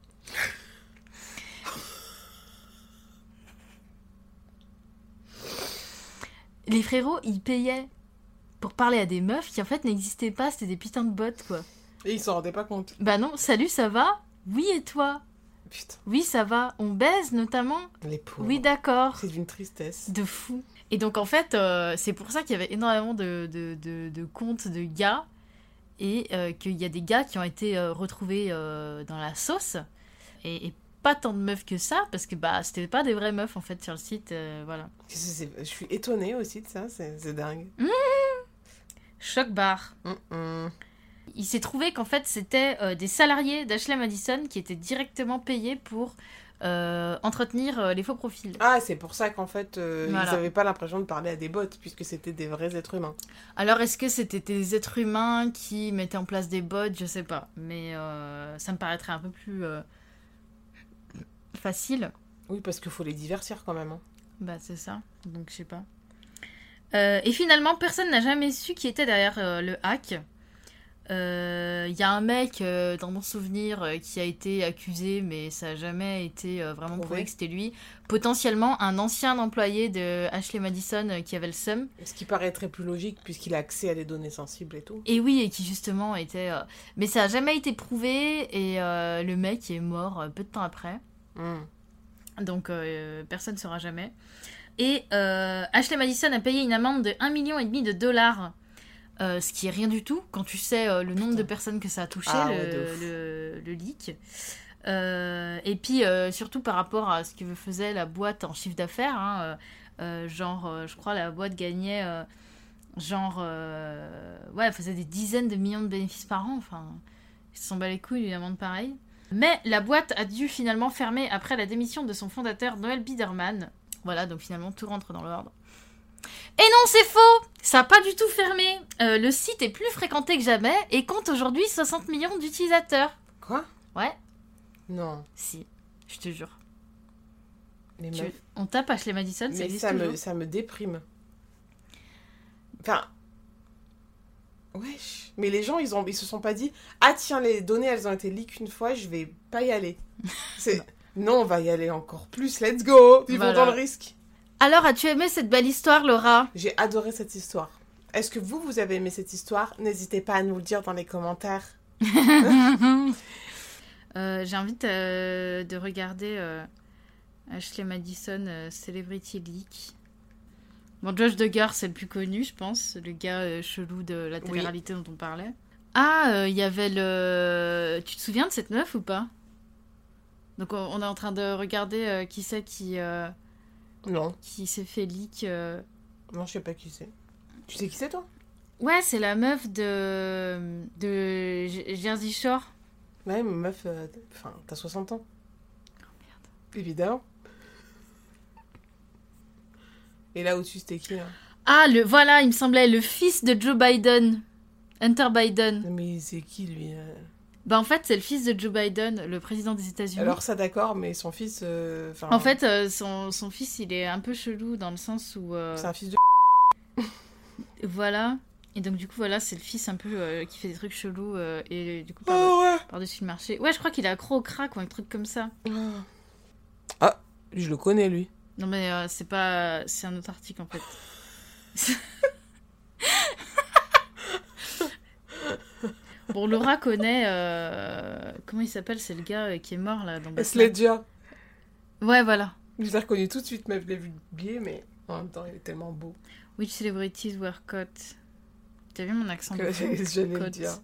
Les frérots, ils payaient pour parler à des meufs qui en fait n'existaient pas, c'était des putains de bots, quoi. Et ils s'en rendaient pas compte. Bah non, salut, ça va? Oui, et toi? Putain. Oui, ça va. On baise, notamment? Les pauvres. Oui, d'accord. C'est d'une tristesse. De fou. Et donc, en fait, c'est pour ça qu'il y avait énormément de comptes de gars et qu'il y a des gars qui ont été retrouvés dans la sauce et pas tant de meufs que ça, parce que bah c'était pas des vraies meufs, en fait, sur le site, voilà. Je suis étonnée aussi de ça, c'est dingue. Choc barre. Il s'est trouvé qu'en fait, c'était des salariés d'Ashley Madison qui étaient directement payés pour entretenir les faux profils. Ah, c'est pour ça qu'en fait, Voilà. ils n'avaient pas l'impression de parler à des bots, puisque c'était des vrais êtres humains. Alors, est-ce que c'était des êtres humains qui mettaient en place des bots? Je sais pas. Mais ça me paraîtrait un peu plus facile. Oui, parce qu'il faut les divertir quand même. Hein. Bah, c'est ça. Donc, je sais pas. Et finalement, personne n'a jamais su qui était derrière le hack. Il y a un mec, dans mon souvenir, qui a été accusé, mais ça n'a jamais été vraiment prouvé que c'était lui. Potentiellement un ancien employé de Ashley Madison qui avait le seum. Ce qui paraîtrait plus logique, puisqu'il a accès à des données sensibles et tout. Et oui, et qui justement était... Mais ça n'a jamais été prouvé, et le mec est mort peu de temps après. Donc personne ne saura jamais. Et Ashley Madison a payé une amende de 1,5 million de dollars. Ce qui est rien du tout quand tu sais le nombre de personnes que ça a touché, le leak. Et puis surtout par rapport à ce que faisait la boîte en chiffre d'affaires, hein, je crois la boîte gagnait elle faisait des dizaines de millions de bénéfices par an. Enfin, ils se sont bat les couilles d'une amende pareille. Mais la boîte a dû finalement fermer après la démission de son fondateur Noel Biderman. Voilà, donc finalement tout rentre dans l'ordre. Et non, c'est faux! Ça n'a pas du tout fermé. Le site est plus fréquenté que jamais et compte aujourd'hui 60 millions d'utilisateurs. Quoi? Ouais. Non. Si, je te jure. Les meufs. On tape Ashley Madison, ça Mais existe toujours. ça me déprime. Enfin... Wesh. Mais les gens, ils se sont pas dit « Ah tiens, les données, elles ont été leak une fois, je vais pas y aller. » Non, on va y aller encore plus, let's go! Vivons dans le risque. Alors, as-tu aimé cette belle histoire, Laura? J'ai adoré cette histoire. Est-ce que vous avez aimé cette histoire? N'hésitez pas à nous le dire dans les commentaires. J'ai envie de regarder Ashley Madison Celebrity Leak. Bon, Josh Duggar, c'est le plus connu, je pense. Le gars chelou de la télé-réalité dont on parlait. Ah, il y avait le... Tu te souviens de cette meuf ou pas? Donc, on est en train de regarder qui c'est qui... Non. Qui s'est fait leak. Non, je sais pas qui c'est. Tu sais qui c'est, toi? Ouais, c'est la meuf de Jersey Shore. Ouais, mais meuf, t'as 60 ans. Oh merde. Évidemment. Et là au-dessus, c'était qui, là? Ah, voilà, il me semblait, le fils de Joe Biden. Hunter Biden. Mais c'est qui, lui? Bah, en fait, c'est le fils de Joe Biden, le président des États-Unis. Alors, ça, d'accord, mais son fils... En fait, son fils, il est un peu chelou dans le sens où... C'est un fils de... Voilà. Et donc, du coup, voilà, c'est le fils un peu qui fait des trucs chelous et du coup, par-dessus le marché. Ouais, je crois qu'il est accro au crack ou un truc comme ça. Ah, je le connais, lui. Non, mais c'est pas... C'est un autre article, en fait. Bon, Laura connaît... Comment il s'appelle? C'est le gars qui est mort, là, dans Batman. Sledger. Ouais, voilà. Je l'ai reconnu tout de suite, mais je l'ai vu biais, mais en même temps, il est tellement beau. Which celebrities were caught? T'as vu mon accent de fou? J'allais le dire.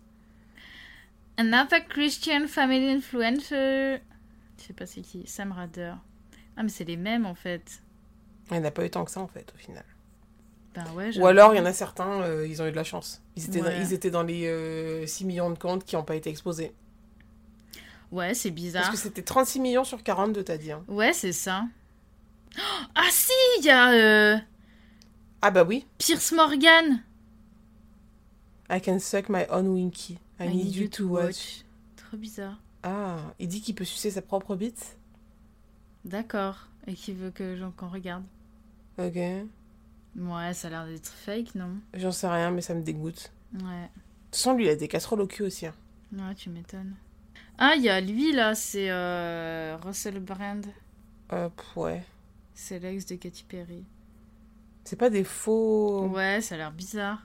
Another Christian family influencer. Je sais pas c'est qui. Sam Rader. Ah, mais c'est les mêmes, en fait. Il n'y en a pas eu tant que ça, en fait, au final. Ben ouais, Ou alors, il y en a certains, ils ont eu de la chance. Ouais. Ils étaient dans les 6 millions de comptes qui n'ont pas été exposés. Ouais, c'est Parce bizarre. que c'était 36 millions sur 42, t'as dit. Hein. Ouais, c'est ça. Ah si, il y a Ah bah oui. Pierce Morgan. I can suck my own winky. I need you to watch. Trop bizarre. Ah, il dit qu'il peut sucer sa propre bite. D'accord. Et qui veut qu'on regarde. Ok. Ouais, ça a l'air d'être fake, non? J'en sais rien, mais ça me dégoûte. Ouais. De toute façon, lui, il a des casseroles au cul aussi. Hein. Ouais, tu m'étonnes. Ah, il y a lui, là, c'est Russell Brand. Ouais. C'est l'ex de Katy Perry. C'est pas des faux... Ouais, ça a l'air bizarre.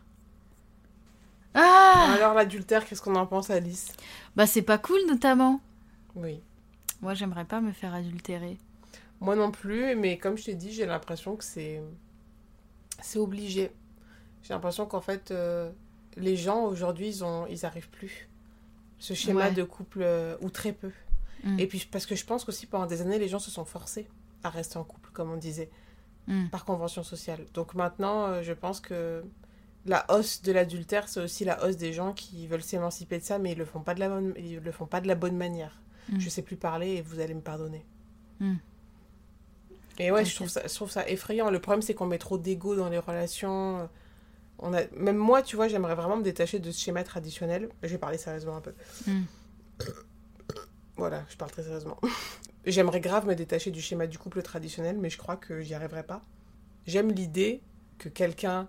Ah! Alors, l'adultère, qu'est-ce qu'on en pense, Alice? Bah, c'est pas cool, notamment. Oui. Moi, j'aimerais pas me faire adultérer. Moi non plus, mais comme je t'ai dit, j'ai l'impression que c'est obligé. J'ai l'impression qu'en fait, les gens, aujourd'hui, ils arrivent plus. Ce schéma de couple, ou très peu. Et puis, parce que je pense qu'aussi, pendant des années, les gens se sont forcés à rester en couple, comme on disait, par convention sociale. Donc maintenant, je pense que la hausse de l'adultère, c'est aussi la hausse des gens qui veulent s'émanciper de ça, mais ils le font pas de la bonne manière. Je sais plus parler et vous allez me pardonner. Et ouais, je trouve ça effrayant. Le problème, c'est qu'on met trop d'ego dans les relations. Même moi, tu vois, j'aimerais vraiment me détacher de ce schéma traditionnel. Je vais parler sérieusement un peu. Voilà, je parle très sérieusement. J'aimerais grave me détacher du schéma du couple traditionnel, mais je crois que j'y arriverai pas. J'aime l'idée que quelqu'un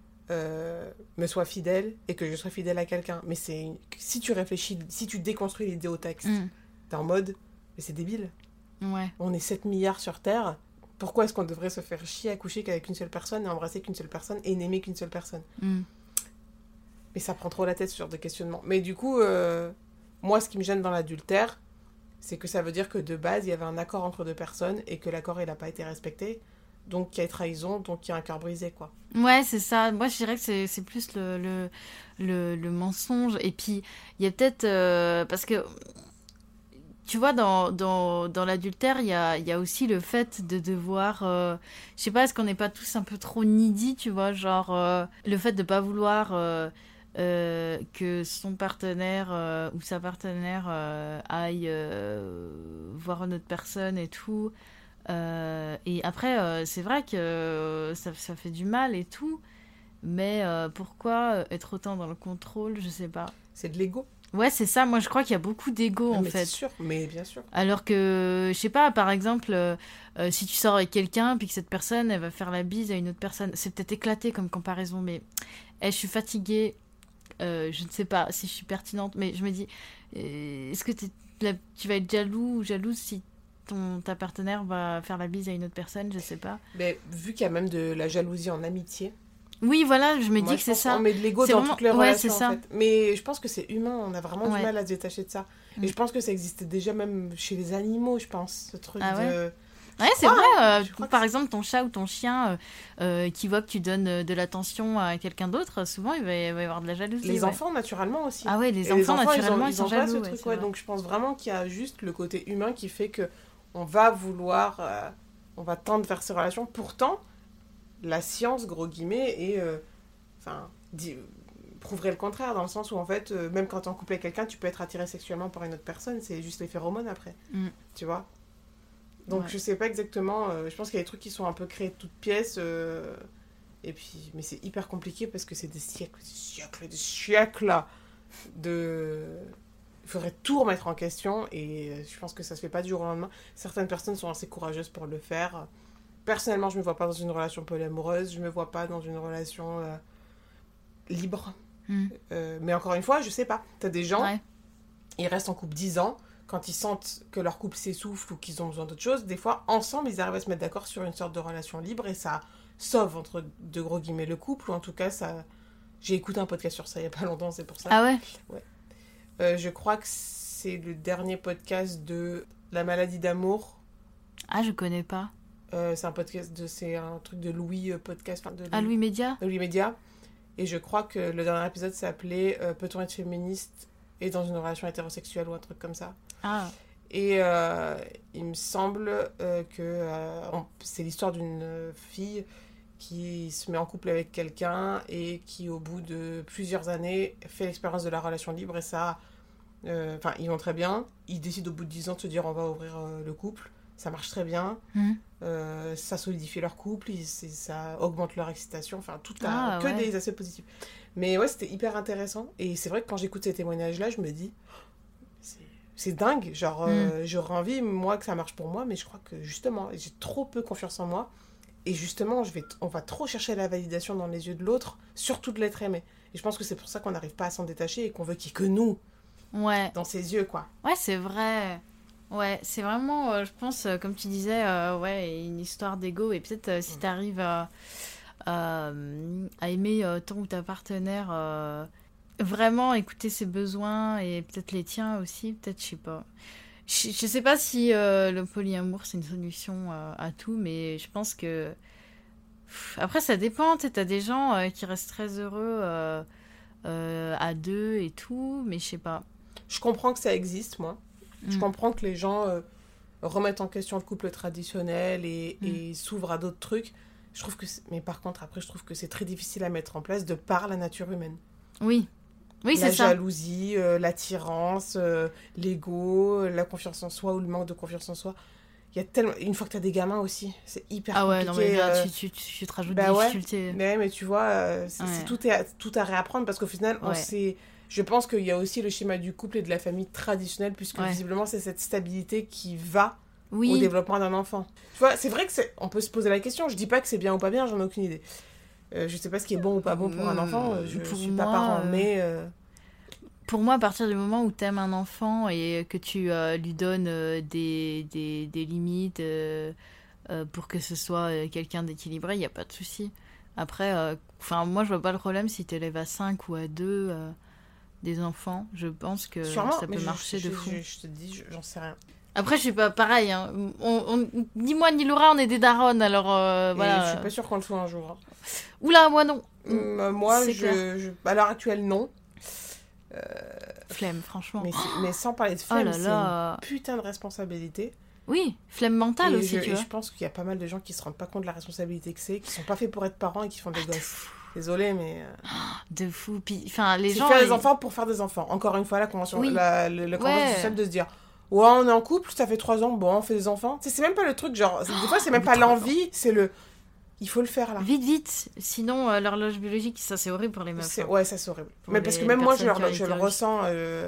me soit fidèle et que je sois fidèle à quelqu'un. Mais si tu réfléchis, si tu déconstruis l'idée au texte, t'es en mode, mais c'est débile. Ouais. On est 7 milliards sur Terre. Pourquoi est-ce qu'on devrait se faire chier à coucher qu'avec une seule personne et embrasser qu'une seule personne et n'aimer qu'une seule personne? Mais ça prend trop la tête, ce genre de questionnement. Mais du coup, moi, ce qui me gêne dans l'adultère, c'est que ça veut dire que de base, il y avait un accord entre deux personnes et que l'accord, il n'a pas été respecté. Donc, il y a trahison, donc il y a un cœur brisé, quoi. Ouais, c'est ça. Moi, je dirais que c'est plus le mensonge. Et puis, il y a peut-être... parce que, tu vois, dans l'adultère, il y a aussi le fait de devoir... je sais pas, est-ce qu'on n'est pas tous un peu trop needy, tu vois? Genre, le fait de pas vouloir... que son partenaire ou sa partenaire aille voir une autre personne et tout. Et après, c'est vrai que ça fait du mal et tout, mais pourquoi être autant dans le contrôle, je sais pas. C'est de l'ego. Ouais, c'est ça, moi je crois qu'il y a beaucoup d'ego en mais fait. c'est sûr, mais bien sûr. Alors que, je sais pas, par exemple, si tu sors avec quelqu'un, puis que cette personne, elle va faire la bise à une autre personne, c'est peut-être éclaté comme comparaison, mais je suis fatiguée. Je ne sais pas si je suis pertinente, mais je me dis, est-ce que tu vas être jaloux ou jalouse si ta partenaire va faire la bise à une autre personne? Je sais pas. Mais vu qu'il y a même de la jalousie en amitié. Oui, voilà, je me dis que c'est ça. On met de l'ego dans toutes les relations, c'est ça. en fait. Mais je pense que c'est humain, on a vraiment Ouais. du mal à se détacher de ça. Et je pense que ça existait déjà même chez les animaux, je pense, ce truc de... Ouais, c'est vrai. Par que exemple, ton chat ou ton chien qui voit que tu donnes de l'attention à quelqu'un d'autre, souvent il va y avoir de la jalousie. Les enfants, naturellement aussi. Ah ouais, les enfants, naturellement, ils sont jaloux. Ce truc, donc je pense vraiment qu'il y a juste le côté humain qui fait que on va vouloir, on va tendre vers ces relations. Pourtant, la science, gros guillemets, et prouverait le contraire, dans le sens où en fait, même quand t'es en couple avec quelqu'un, tu peux être attiré sexuellement par une autre personne, c'est juste les phéromones après, tu vois. Donc je sais pas exactement, je pense qu'il y a des trucs qui sont un peu créés de toutes pièces, et puis, mais c'est hyper compliqué parce que c'est des siècles de... Il faudrait tout remettre en question et je pense que ça se fait pas du jour au lendemain. Certaines personnes sont assez courageuses pour le faire. Personnellement, je me vois pas dans une relation polyamoureuse, je me vois pas dans une relation libre. Mais encore une fois, je sais pas. T'as des gens, ils restent en couple 10 ans, quand ils sentent que leur couple s'essouffle ou qu'ils ont besoin d'autre chose, des fois, ensemble, ils arrivent à se mettre d'accord sur une sorte de relation libre et ça sauve, entre de gros guillemets, le couple, ou en tout cas, ça... J'ai écouté un podcast sur ça il y a pas longtemps, c'est pour ça. Ah ouais? Ouais. Je crois que c'est le dernier podcast de La maladie d'amour. Ah, je connais pas. C'est un podcast, c'est un truc de Louis podcast. Louis Média? Louis Média. Et je crois que le dernier épisode s'appelait Peut-on être féministe et dans une relation hétérosexuelle ou un truc comme ça. Ah. Et il me semble que c'est l'histoire d'une fille qui se met en couple avec quelqu'un et qui, au bout de plusieurs années, fait l'expérience de la relation libre. Et ça, ils vont très bien. Ils décident au bout de 10 ans de se dire on va ouvrir le couple. Ça marche très bien. Ça solidifie leur couple, ça augmente leur excitation. Enfin, des aspects positifs. Mais ouais, c'était hyper intéressant. Et c'est vrai que quand j'écoute ces témoignages-là, je me dis... C'est dingue, genre j'aurais envie, moi, que ça marche pour moi, mais je crois que justement, j'ai trop peu confiance en moi, et justement, on va trop chercher la validation dans les yeux de l'autre, surtout de l'être aimé. Et je pense que c'est pour ça qu'on n'arrive pas à s'en détacher, et qu'on veut qu'il n'y ait que nous, dans ses yeux, quoi. Ouais, c'est vrai. Ouais, c'est vraiment, je pense, comme tu disais, une histoire d'ego, et peut-être si t'arrives à aimer ton ou ta partenaire... vraiment écouter ses besoins et peut-être les tiens aussi, peut-être, je sais pas. Je sais pas si le polyamour c'est une solution à tout, mais je pense que après ça dépend, tu sais, t'as des gens qui restent très heureux à deux et tout, mais je sais pas. Je comprends que ça existe, moi. Je comprends que les gens remettent en question le couple traditionnel et s'ouvrent à d'autres trucs. Je trouve que mais par contre, après, je trouve que c'est très difficile à mettre en place de par la nature humaine. Oui, c'est ça. La jalousie, l'attirance, l'ego, la confiance en soi ou le manque de confiance en soi. Il y a tellement... Une fois que tu as des gamins aussi, c'est hyper compliqué. Ah ouais, non mais là, tu te rajoutes des difficultés. Ouais. Mais tu vois, tout à réapprendre parce qu'au final, je pense qu'il y a aussi le schéma du couple et de la famille traditionnelle puisque visiblement, c'est cette stabilité qui va au développement d'un enfant. Tu vois, c'est vrai que on peut se poser la question. Je dis pas que c'est bien ou pas bien, j'en ai aucune idée. Je sais pas ce qui est bon ou pas bon pour un enfant, je suis pas parent, mais... Pour moi, à partir du moment où t'aimes un enfant et que tu lui donnes des limites pour que ce soit quelqu'un d'équilibré, il n'y a pas de souci. Après, moi, je vois pas le problème si t'élèves à 5 ou à 2 des enfants. Je pense que ça peut marcher de fou. Je te dis, j'en sais rien. Après, je suis pas pareil. Hein. Ni moi ni Laura, on est des darons, alors voilà. Je suis pas sûre qu'on le soit un jour. Hein. Oula, moi non. Moi, à l'heure actuelle, non. Flemme, franchement. Mais sans parler de flemme, c'est une putain de responsabilité. Oui, flemme mentale aussi, tu vois. Je pense qu'il y a pas mal de gens qui se rendent pas compte de la responsabilité que c'est, qui sont pas faits pour être parents et qui font des gosses. Désolée, mais... De fou. Puis, les gens... faire des enfants pour faire des enfants. Encore une fois, la convention, le convention sociale de se dire... Ouais, on est en couple, ça fait 3 ans, bon, on fait des enfants. C'est même pas le truc, genre... Des fois, c'est même pas l'envie, c'est le... Il faut le faire, là. Vite. Sinon, l'horloge biologique, ça, c'est horrible pour les meufs. Ouais, ça, c'est horrible. Mais parce que même moi, je le ressens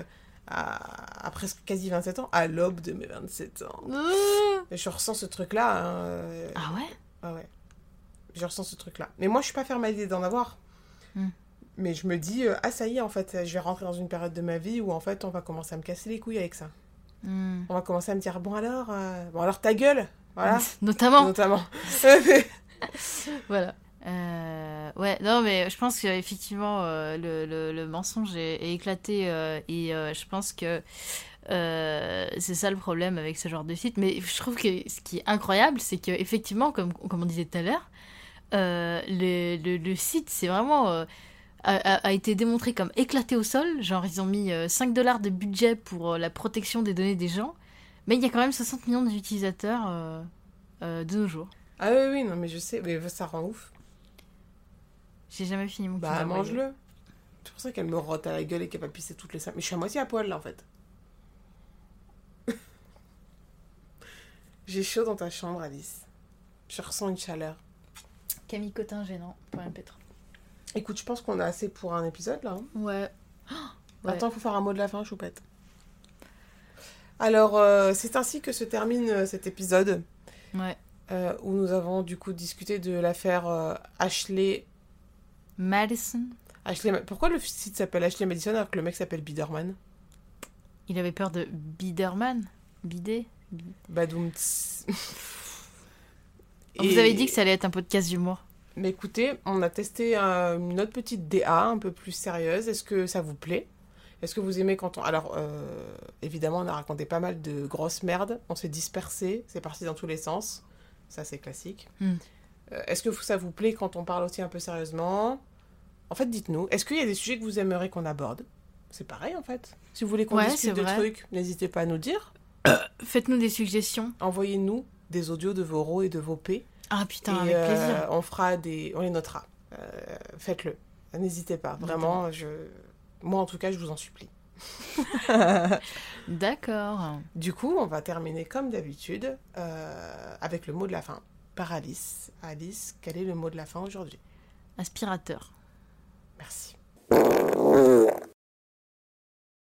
à presque quasi 27 ans, à l'aube de mes 27 ans. Je ressens ce truc-là. Ah ouais? Ah ouais. Je ressens ce truc-là. Mais moi, je suis pas fermée à l'idée d'en avoir. Mais je me dis, ça y est, en fait, je vais rentrer dans une période de ma vie où, en fait, on va commencer à me casser les couilles avec ça. On va commencer à me dire, bon alors ta gueule. Voilà. Notamment. Voilà. Non, mais je pense qu'effectivement, le mensonge est éclaté et je pense que c'est ça le problème avec ce genre de site. Mais je trouve que ce qui est incroyable, c'est qu'effectivement, comme on disait tout à l'heure, le site, c'est vraiment... a été démontré comme éclaté au sol. Genre, ils ont mis $5 de budget pour la protection des données des gens. Mais il y a quand même 60 millions d'utilisateurs de nos jours. Ah oui, non, mais je sais, mais ça rend ouf. J'ai jamais fini mon Bah, mange-le. C'est pour ça qu'elle me rote à la gueule et qu'elle va pisser toutes les 5. Mais je suis à moitié à poil, là, en fait. J'ai chaud dans ta chambre, Alice. Je ressens une chaleur. Camille Cotin, gênant. .mp3. Écoute, je pense qu'on a assez pour un épisode, là. Hein. Ouais. Attends, il faut faire un mot de la fin, choupette. Alors, c'est ainsi que se termine cet épisode. Ouais. Où nous avons du coup discuté de l'affaire Ashley Madison. Pourquoi le site s'appelle Ashley Madison alors que le mec s'appelle Biderman? Il avait peur de Biderman? Bidet? Badoum. Vous avez dit que ça allait être un podcast d'humour. Mais écoutez, on a testé une autre petite DA un peu plus sérieuse. Est-ce que ça vous plaît? Est-ce que vous aimez quand on... Alors, évidemment, on a raconté pas mal de grosses merdes. On s'est dispersé, c'est parti dans tous les sens. Ça, c'est classique. Est-ce que ça vous plaît quand on parle aussi un peu sérieusement? En fait, dites-nous. Est-ce qu'il y a des sujets que vous aimeriez qu'on aborde? C'est pareil, en fait. Si vous voulez qu'on discute de trucs, n'hésitez pas à nous dire. Faites-nous des suggestions. Envoyez-nous des audios de vos RO et de vos P. Ah putain, et avec plaisir. on les notera. Faites-le. N'hésitez pas. Vraiment, moi en tout cas, je vous en supplie. D'accord. Du coup, on va terminer comme d'habitude avec le mot de la fin par Alice. Alice, quel est le mot de la fin aujourd'hui? Aspirateur. Merci.